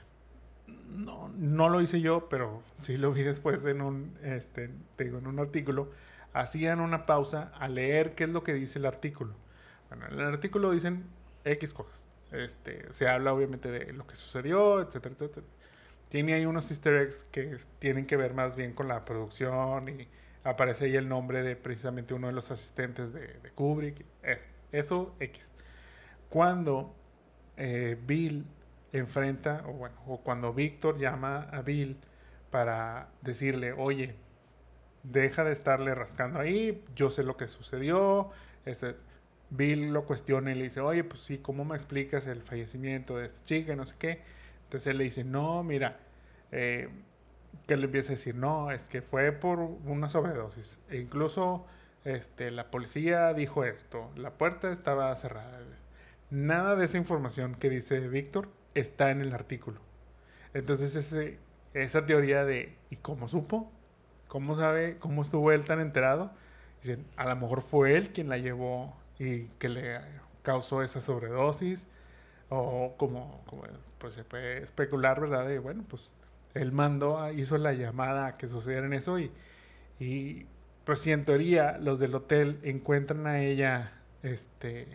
No, no lo hice yo, pero sí lo vi después en un, este, te digo, en un artículo. Hacían una pausa a leer qué es lo que dice el artículo. Bueno, en el artículo dicen X cosas. Este, se habla obviamente de lo que sucedió, etcétera, etcétera. Tiene ahí unos easter eggs que tienen que ver más bien con la producción y aparece ahí el nombre de precisamente uno de los asistentes de, de Kubrick. Eso, eso X. Cuando eh, Bill enfrenta, o bueno, o cuando Víctor llama a Bill para decirle, oye, deja de estarle rascando ahí, yo sé lo que sucedió. Este, Bill lo cuestiona y le dice, oye, pues sí, ¿cómo me explicas el fallecimiento de esta chica? No sé qué. Entonces él le dice, no, mira, eh, que le empieza a decir, no, es que fue por una sobredosis. E incluso este, la policía dijo esto, la puerta estaba cerrada. Nada de esa información que dice Víctor está en el artículo. Entonces ese, esa teoría de ¿y cómo supo? ¿Cómo sabe? ¿Cómo estuvo él tan enterado? Dicen, a lo mejor fue él quien la llevó y que le causó esa sobredosis. O como, como pues se puede especular, ¿verdad? De, bueno, pues él mandó, hizo la llamada a que sucediera en eso y, y pues si en teoría los del hotel encuentran a ella, este,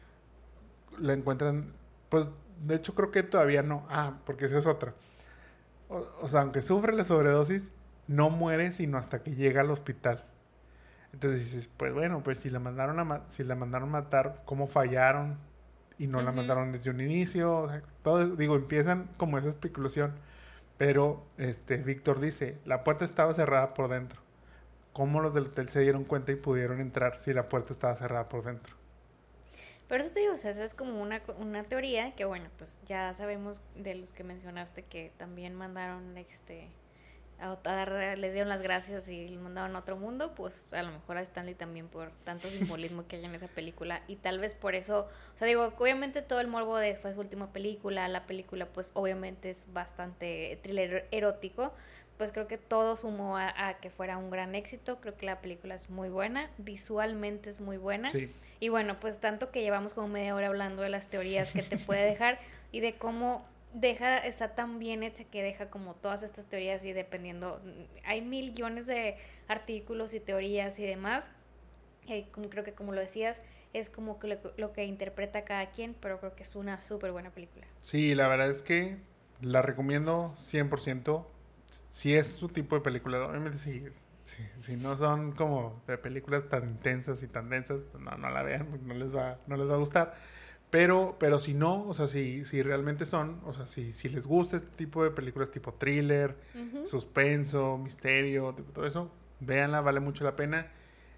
la encuentran, pues de hecho creo que todavía no, ah, porque esa es otra. O, o sea, aunque sufre la sobredosis, no muere sino hasta que llega al hospital. Entonces dices, pues bueno, pues si la mandaron a, ma- si la mandaron matar, ¿cómo fallaron? Y no uh-huh. la mandaron desde un inicio. O sea, todo, digo, empiezan como esa especulación. Pero este Víctor dice, la puerta estaba cerrada por dentro. ¿Cómo los del hotel se dieron cuenta y pudieron entrar si la puerta estaba cerrada por dentro? Pero eso te digo, o sea, esa es como una, una teoría que, bueno, pues ya sabemos de los que mencionaste que también mandaron este a, a dar, les dieron las gracias y le mandaban a otro mundo, pues a lo mejor a Stanley también por tanto simbolismo que hay en esa película y tal vez por eso, o sea, digo, obviamente todo el morbo de fue su última película, la película pues obviamente es bastante thriller erótico, pues creo que todo sumó a, a que fuera un gran éxito. Creo que la película es muy buena, visualmente es muy buena. Sí. Y bueno, pues tanto que llevamos como media hora hablando de las teorías que te puede dejar y de cómo deja, está tan bien hecha que deja como todas estas teorías y dependiendo, hay millones de artículos y teorías y demás. Eh, como, creo que como lo decías, es como que lo, lo que interpreta cada quien, pero creo que es una súper buena película. Sí, la verdad es que la recomiendo cien por ciento. Si es su tipo de película, obviamente sí, sí, si no son como de películas tan intensas y tan densas, pues no, no la vean, porque no les va, no les va a gustar. Pero, pero si no, o sea, si, si realmente son, o sea, si, si les gusta este tipo de películas tipo thriller, uh-huh. suspenso, misterio, tipo, todo eso, véanla, vale mucho la pena.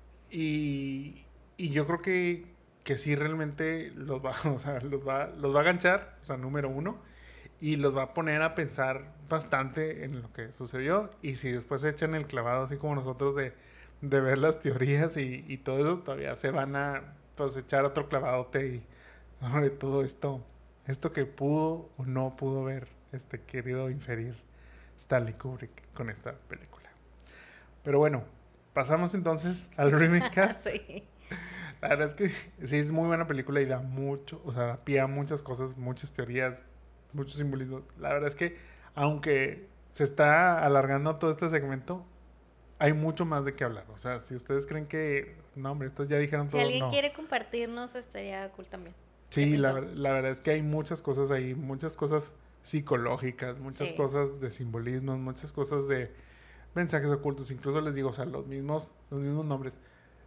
Y, y yo creo que, que sí realmente los va, o sea, los va, los va a ganchar, o sea, número uno. Y los va a poner a pensar bastante en lo que sucedió. Y si después se echan el clavado, así como nosotros, de, de ver las teorías y, y todo eso, todavía se van a pues, echar otro clavadote y sobre todo esto, esto que pudo o no pudo ver este querido inferir Stanley Kubrick con esta película. Pero bueno, pasamos entonces al remake cast. Sí. La verdad es que sí es muy buena película y da mucho, o sea, da pie a muchas cosas, muchas teorías, mucho simbolismo. La verdad es que aunque se está alargando todo este segmento, hay mucho más de qué hablar. O sea, si ustedes creen que no, hombre, estos ya dijeron si todo, Si alguien no. quiere compartirnos, estaría cool también. Sí, la, la verdad es que hay muchas cosas ahí, muchas cosas psicológicas, muchas sí. cosas de simbolismos, muchas cosas de mensajes ocultos. Incluso les digo, o sea, los mismos, los mismos nombres.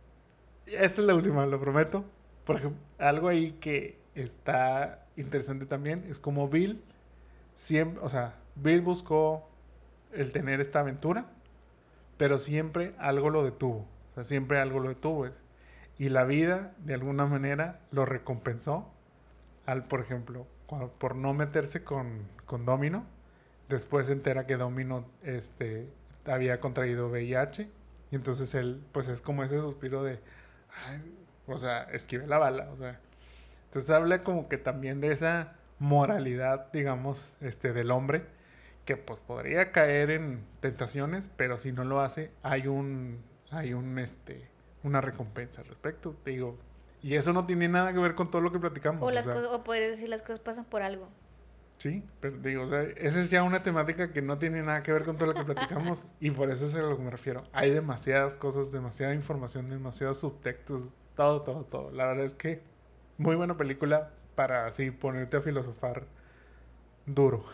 Esta es la última, lo prometo. Por ejemplo, algo ahí que está interesante también es como Bill siempre, o sea, Bill buscó el tener esta aventura, pero siempre algo lo detuvo, o sea, siempre algo lo detuvo, y la vida de alguna manera lo recompensó al, por ejemplo, cuando, por no meterse con, con Domino. Después se entera que Domino este, había contraído V I H y entonces él, pues es como ese suspiro de ay, o sea, esquive la bala, o sea, entonces habla como que también de esa moralidad, digamos, este, del hombre, que pues podría caer en tentaciones, pero si no lo hace, hay un, hay un, este, una recompensa al respecto, te digo, y eso no tiene nada que ver con todo lo que platicamos. O, o, las sea, co- o puedes decir las cosas pasan por algo. Sí, pero digo, o sea, esa es ya una temática que no tiene nada que ver con todo lo que platicamos y por eso es a lo que me refiero. Hay demasiadas cosas, demasiada información, demasiados subtextos, todo, todo, todo. La verdad es que muy buena película para así ponerte a filosofar duro.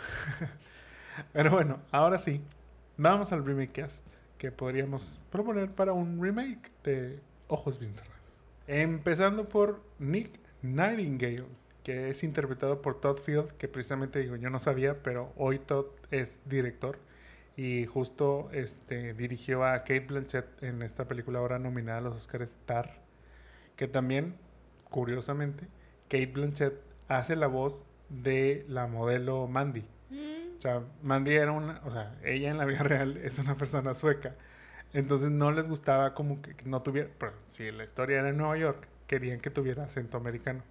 Pero bueno, ahora sí, vamos al remake cast que podríamos proponer para un remake de Ojos Bien Cerrados. Empezando por Nick Nightingale, que es interpretado por Todd Field, que precisamente digo, yo no sabía, pero hoy Todd es director y justo este, dirigió a Cate Blanchett en esta película ahora nominada a los Oscars Tar, que también, curiosamente, Cate Blanchett hace la voz de la modelo Mandy. Mm. O sea, Mandy era una, o sea, ella en la vida real es una persona sueca, entonces no les gustaba como que no tuviera, pero si la historia era en Nueva York, querían que tuviera acento americano.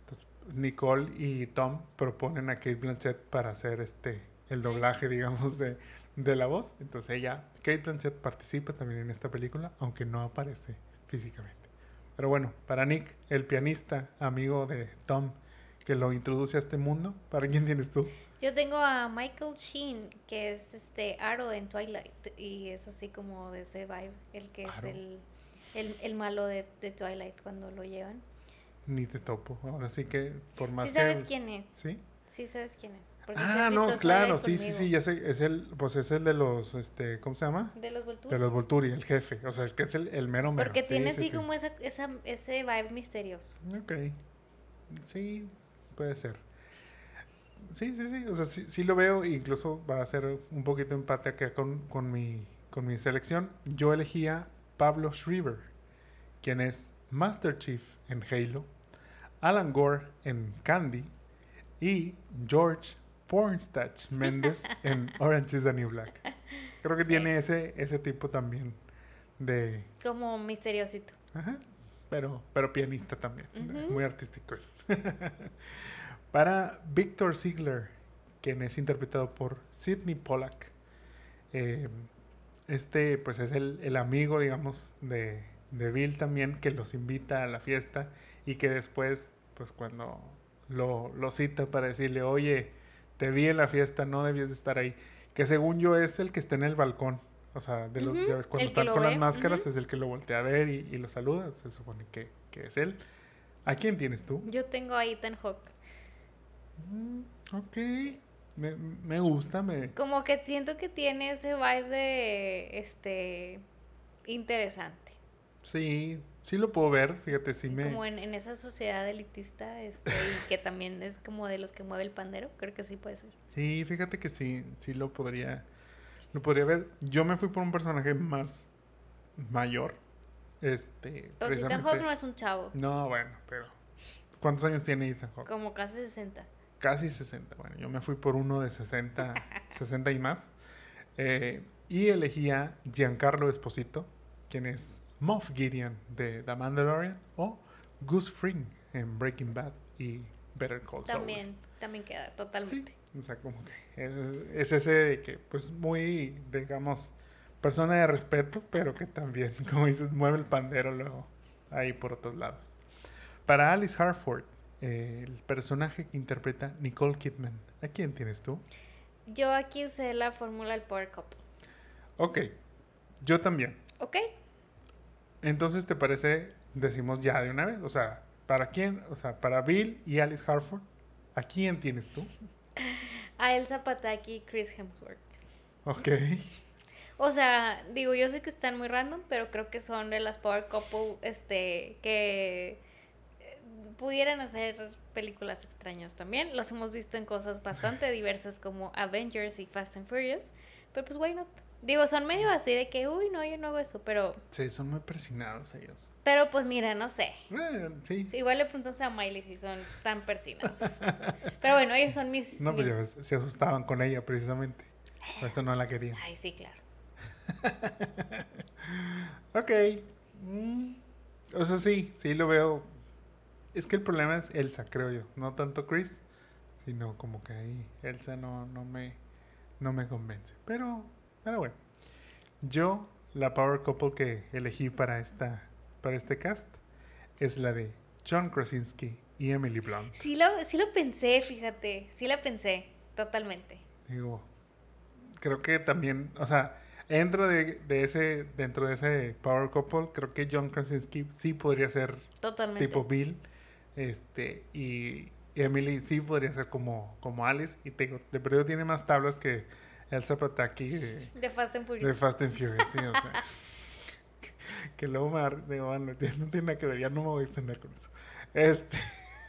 Nicole y Tom proponen a Cate Blanchett para hacer este el doblaje, digamos, de, de la voz. Entonces ella, Cate Blanchett, participa también en esta película, aunque no aparece físicamente. Pero bueno, para Nick, el pianista, amigo de Tom, que lo introduce a este mundo, ¿para quién tienes tú? Yo tengo a Michael Sheen, que es este Arrow en Twilight, y es así como de ese vibe, el que Arrow. es el, el, el malo de, de Twilight cuando lo llevan. Ni te topo. Ahora sí que por más ¿Sí sabes que... quién es? ¿Sí? Sí sabes quién es. Porque ah, no, claro, sí, sí, sí, ya sé, es el, pues es el de los, este, ¿cómo se llama? De los Volturi. De los Volturi, el jefe, o sea, el que es el, el mero mero. Porque sí, tiene sí, así sí. como esa, esa, ese vibe misterioso. Ok, sí, puede ser. Sí, sí, sí, o sea, sí, sí lo veo, incluso va a ser un poquito empate acá con, con, mi, con mi selección. Yo elegía Pablo Schreiber, quien es Master Chief en Halo, Alan Gore en Candy y George Pornstache Méndez en Orange is the New Black. creo que Sí. tiene ese, ese tipo también de... Como misteriosito. Ajá, pero, pero pianista también, Ujú. muy artístico él. Para Victor Ziegler, quien es interpretado por Sidney Pollack. Eh, este pues es el, el amigo, digamos, de, de Bill también, que los invita a la fiesta y que después, pues cuando lo, lo cita para decirle, oye, te vi en la fiesta, no debías de estar ahí. Que según yo es el que está en el balcón. O sea, de los, Ujú, ya ves, cuando el que están lo con las ve, máscaras ujú. es el que lo voltea a ver y, y lo saluda. Se supone que, que es él. ¿A quién tienes tú? Yo tengo a Ethan Hawke. Mm, ok. Me, me gusta, me... Como que siento que tiene ese vibe de, este, interesante. Sí, sí lo puedo ver, fíjate, sí me... Como en, en esa sociedad elitista, este, y que también es como de los que mueve el pandero, creo que sí puede ser. Sí, fíjate que sí, sí lo podría, lo podría ver. Yo me fui por un personaje más mayor, este, Pero si Ethan Hawke precisamente... no es un chavo, No, bueno, pero... ¿Cuántos años tiene Ethan Hawke? como casi sesenta. Casi sesenta. Bueno, yo me fui por uno de sesenta, sesenta y más. Eh, y elegí a Giancarlo Esposito, quien es Moff Gideon de The Mandalorian, o Gus Fring en Breaking Bad y Better Call Saul. También, también queda, Sí, totalmente. o sea, como que es, es ese de que, pues, muy, digamos, persona de respeto, pero que también, como dices, mueve el pandero luego ahí por otros lados. Para Alice Harford, eh, el personaje que interpreta Nicole Kidman, ¿a quién tienes tú? Yo aquí usé la fórmula del Power Couple. Ok, yo también. ¿Ok? Entonces, ¿te parece, decimos ya de una vez? O sea, ¿para quién? O sea, para Bill y Alice Harford, ¿a quién tienes tú? A Elsa Pataki y Chris Hemsworth. Ok. O sea, digo, yo sé que están muy random, pero creo que son de las Power Couple, este, que eh, pudieran hacer películas extrañas también. Los hemos visto en cosas bastante diversas como Avengers y Fast and Furious, pero pues why not? Digo, son medio así de que, uy, no, yo no hago eso, pero, Sí, son muy persinados ellos. pero pues mira, no sé. Eh, sí. Igual le preguntamos a Miley si son tan persinados. Pero bueno, ellos son mis... No, pues mis- ya ves, se asustaban con ella precisamente. Por eso no la querían. Ay, sí, claro. Ok. Mm, o sea, sí, sí lo veo. Es que el problema es Elsa, creo yo. No tanto Chris, sino como que ahí Elsa no, no me no me convence. Pero, pero bueno. Yo, la power couple que elegí para esta para este cast es la de John Krasinski y Emily Blunt. Sí lo, sí lo pensé, fíjate. Sí la pensé, totalmente. Digo, creo que también, o sea, entra de, de ese, dentro de ese power couple, creo que John Krasinski sí podría ser Totalmente. tipo Bill, este, y, y Emily sí podría ser como, como Alice, y te digo, de perdido tiene más tablas que Elsa Pataki de, De Fast and de Furious. Fast and Furious, sí, o sea, que, que luego me ar- digo, bueno, ya no tiene nada que ver, ya no me voy a extender con eso. Este,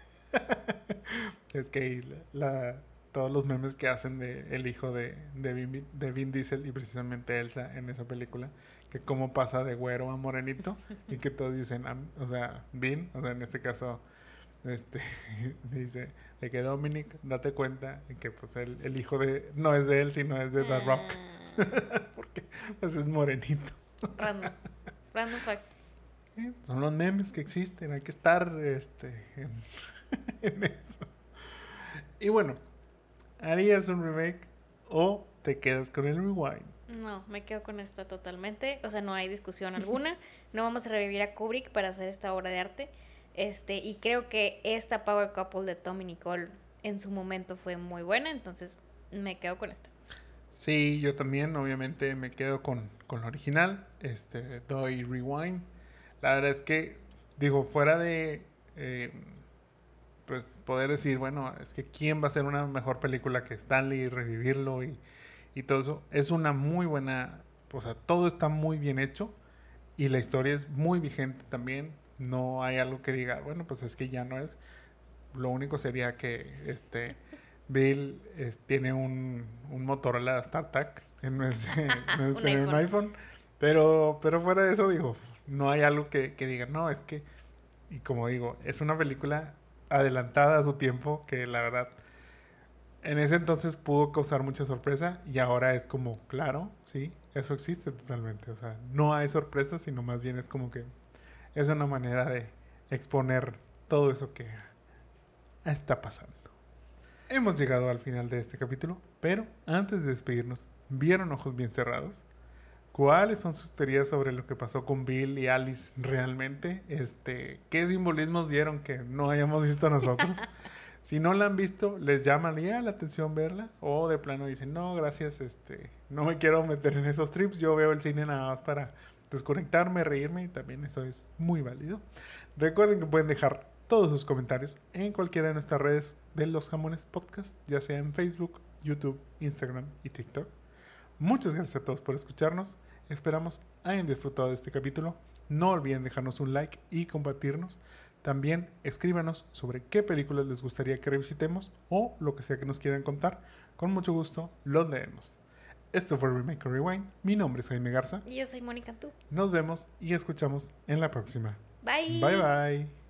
es que la, la- todos los memes que hacen de el hijo de, de, Vin, de Vin Diesel y precisamente Elsa en esa película, que cómo pasa de güero a morenito y que todos dicen, am- o sea, Vin, o sea, en este caso, este, dice de que Dominic, date cuenta de que pues el, el hijo de, no es de él, sino es de The Rock, Ah, porque pues es morenito. random. Random fact. ¿Eh? Son los memes que existen, hay que estar este, en, en eso. Y bueno, ¿harías un remake o te quedas con el rewind? No, me quedo con esta totalmente. O sea, no hay discusión alguna. No vamos a revivir a Kubrick para hacer esta obra de arte. Este, y creo que esta Power Couple de Tom y Nicole en su momento fue muy buena. Entonces, me quedo con esta. Sí, yo también, obviamente me quedo con, con la original, este, doy rewind. La verdad es que, digo, fuera de, eh, pues, poder decir, bueno, es que quién va a ser una mejor película que Stanley y revivirlo y, y todo eso, es una muy buena, o sea, todo está muy bien hecho y la historia es muy vigente también. No hay algo que diga, bueno, pues es que ya no es. Lo único sería que, este... Bill eh, tiene un, un Motorola StarTAC en vez de, en vez de Un tener un iPhone. Pero, pero fuera de eso, digo, no hay algo que, que diga, no, es que, y como digo, es una película adelantada a su tiempo que la verdad en ese entonces pudo causar mucha sorpresa y ahora es como, claro, sí, eso existe totalmente. O sea, no hay sorpresas, sino más bien es como que es una manera de exponer todo eso que está pasando. Hemos llegado al final de este capítulo, pero antes de despedirnos, ¿vieron Ojos Bien Cerrados? ¿Cuáles son sus teorías sobre lo que pasó con Bill y Alice realmente? Este, ¿qué simbolismos vieron que no hayamos visto nosotros? Si no la han visto, ¿les llamaría la atención verla? O de plano dicen, no, gracias, este, no me quiero meter en esos trips, yo veo el cine nada más para desconectarme, reírme, y también eso es muy válido. Recuerden que pueden dejar todos sus comentarios en cualquiera de nuestras redes de Los Jamones Podcast, ya sea en Facebook, YouTube, Instagram y TikTok. Muchas gracias a todos por escucharnos. Esperamos hayan disfrutado de este capítulo. No olviden dejarnos un like y compartirnos. También escríbanos sobre qué películas les gustaría que revisitemos o lo que sea que nos quieran contar. Con mucho gusto los leemos. Esto fue Remake or Rewind. Mi nombre es Jaime Garza. Y yo soy Mónica Antú. Nos vemos y escuchamos en la próxima. Bye. Bye bye.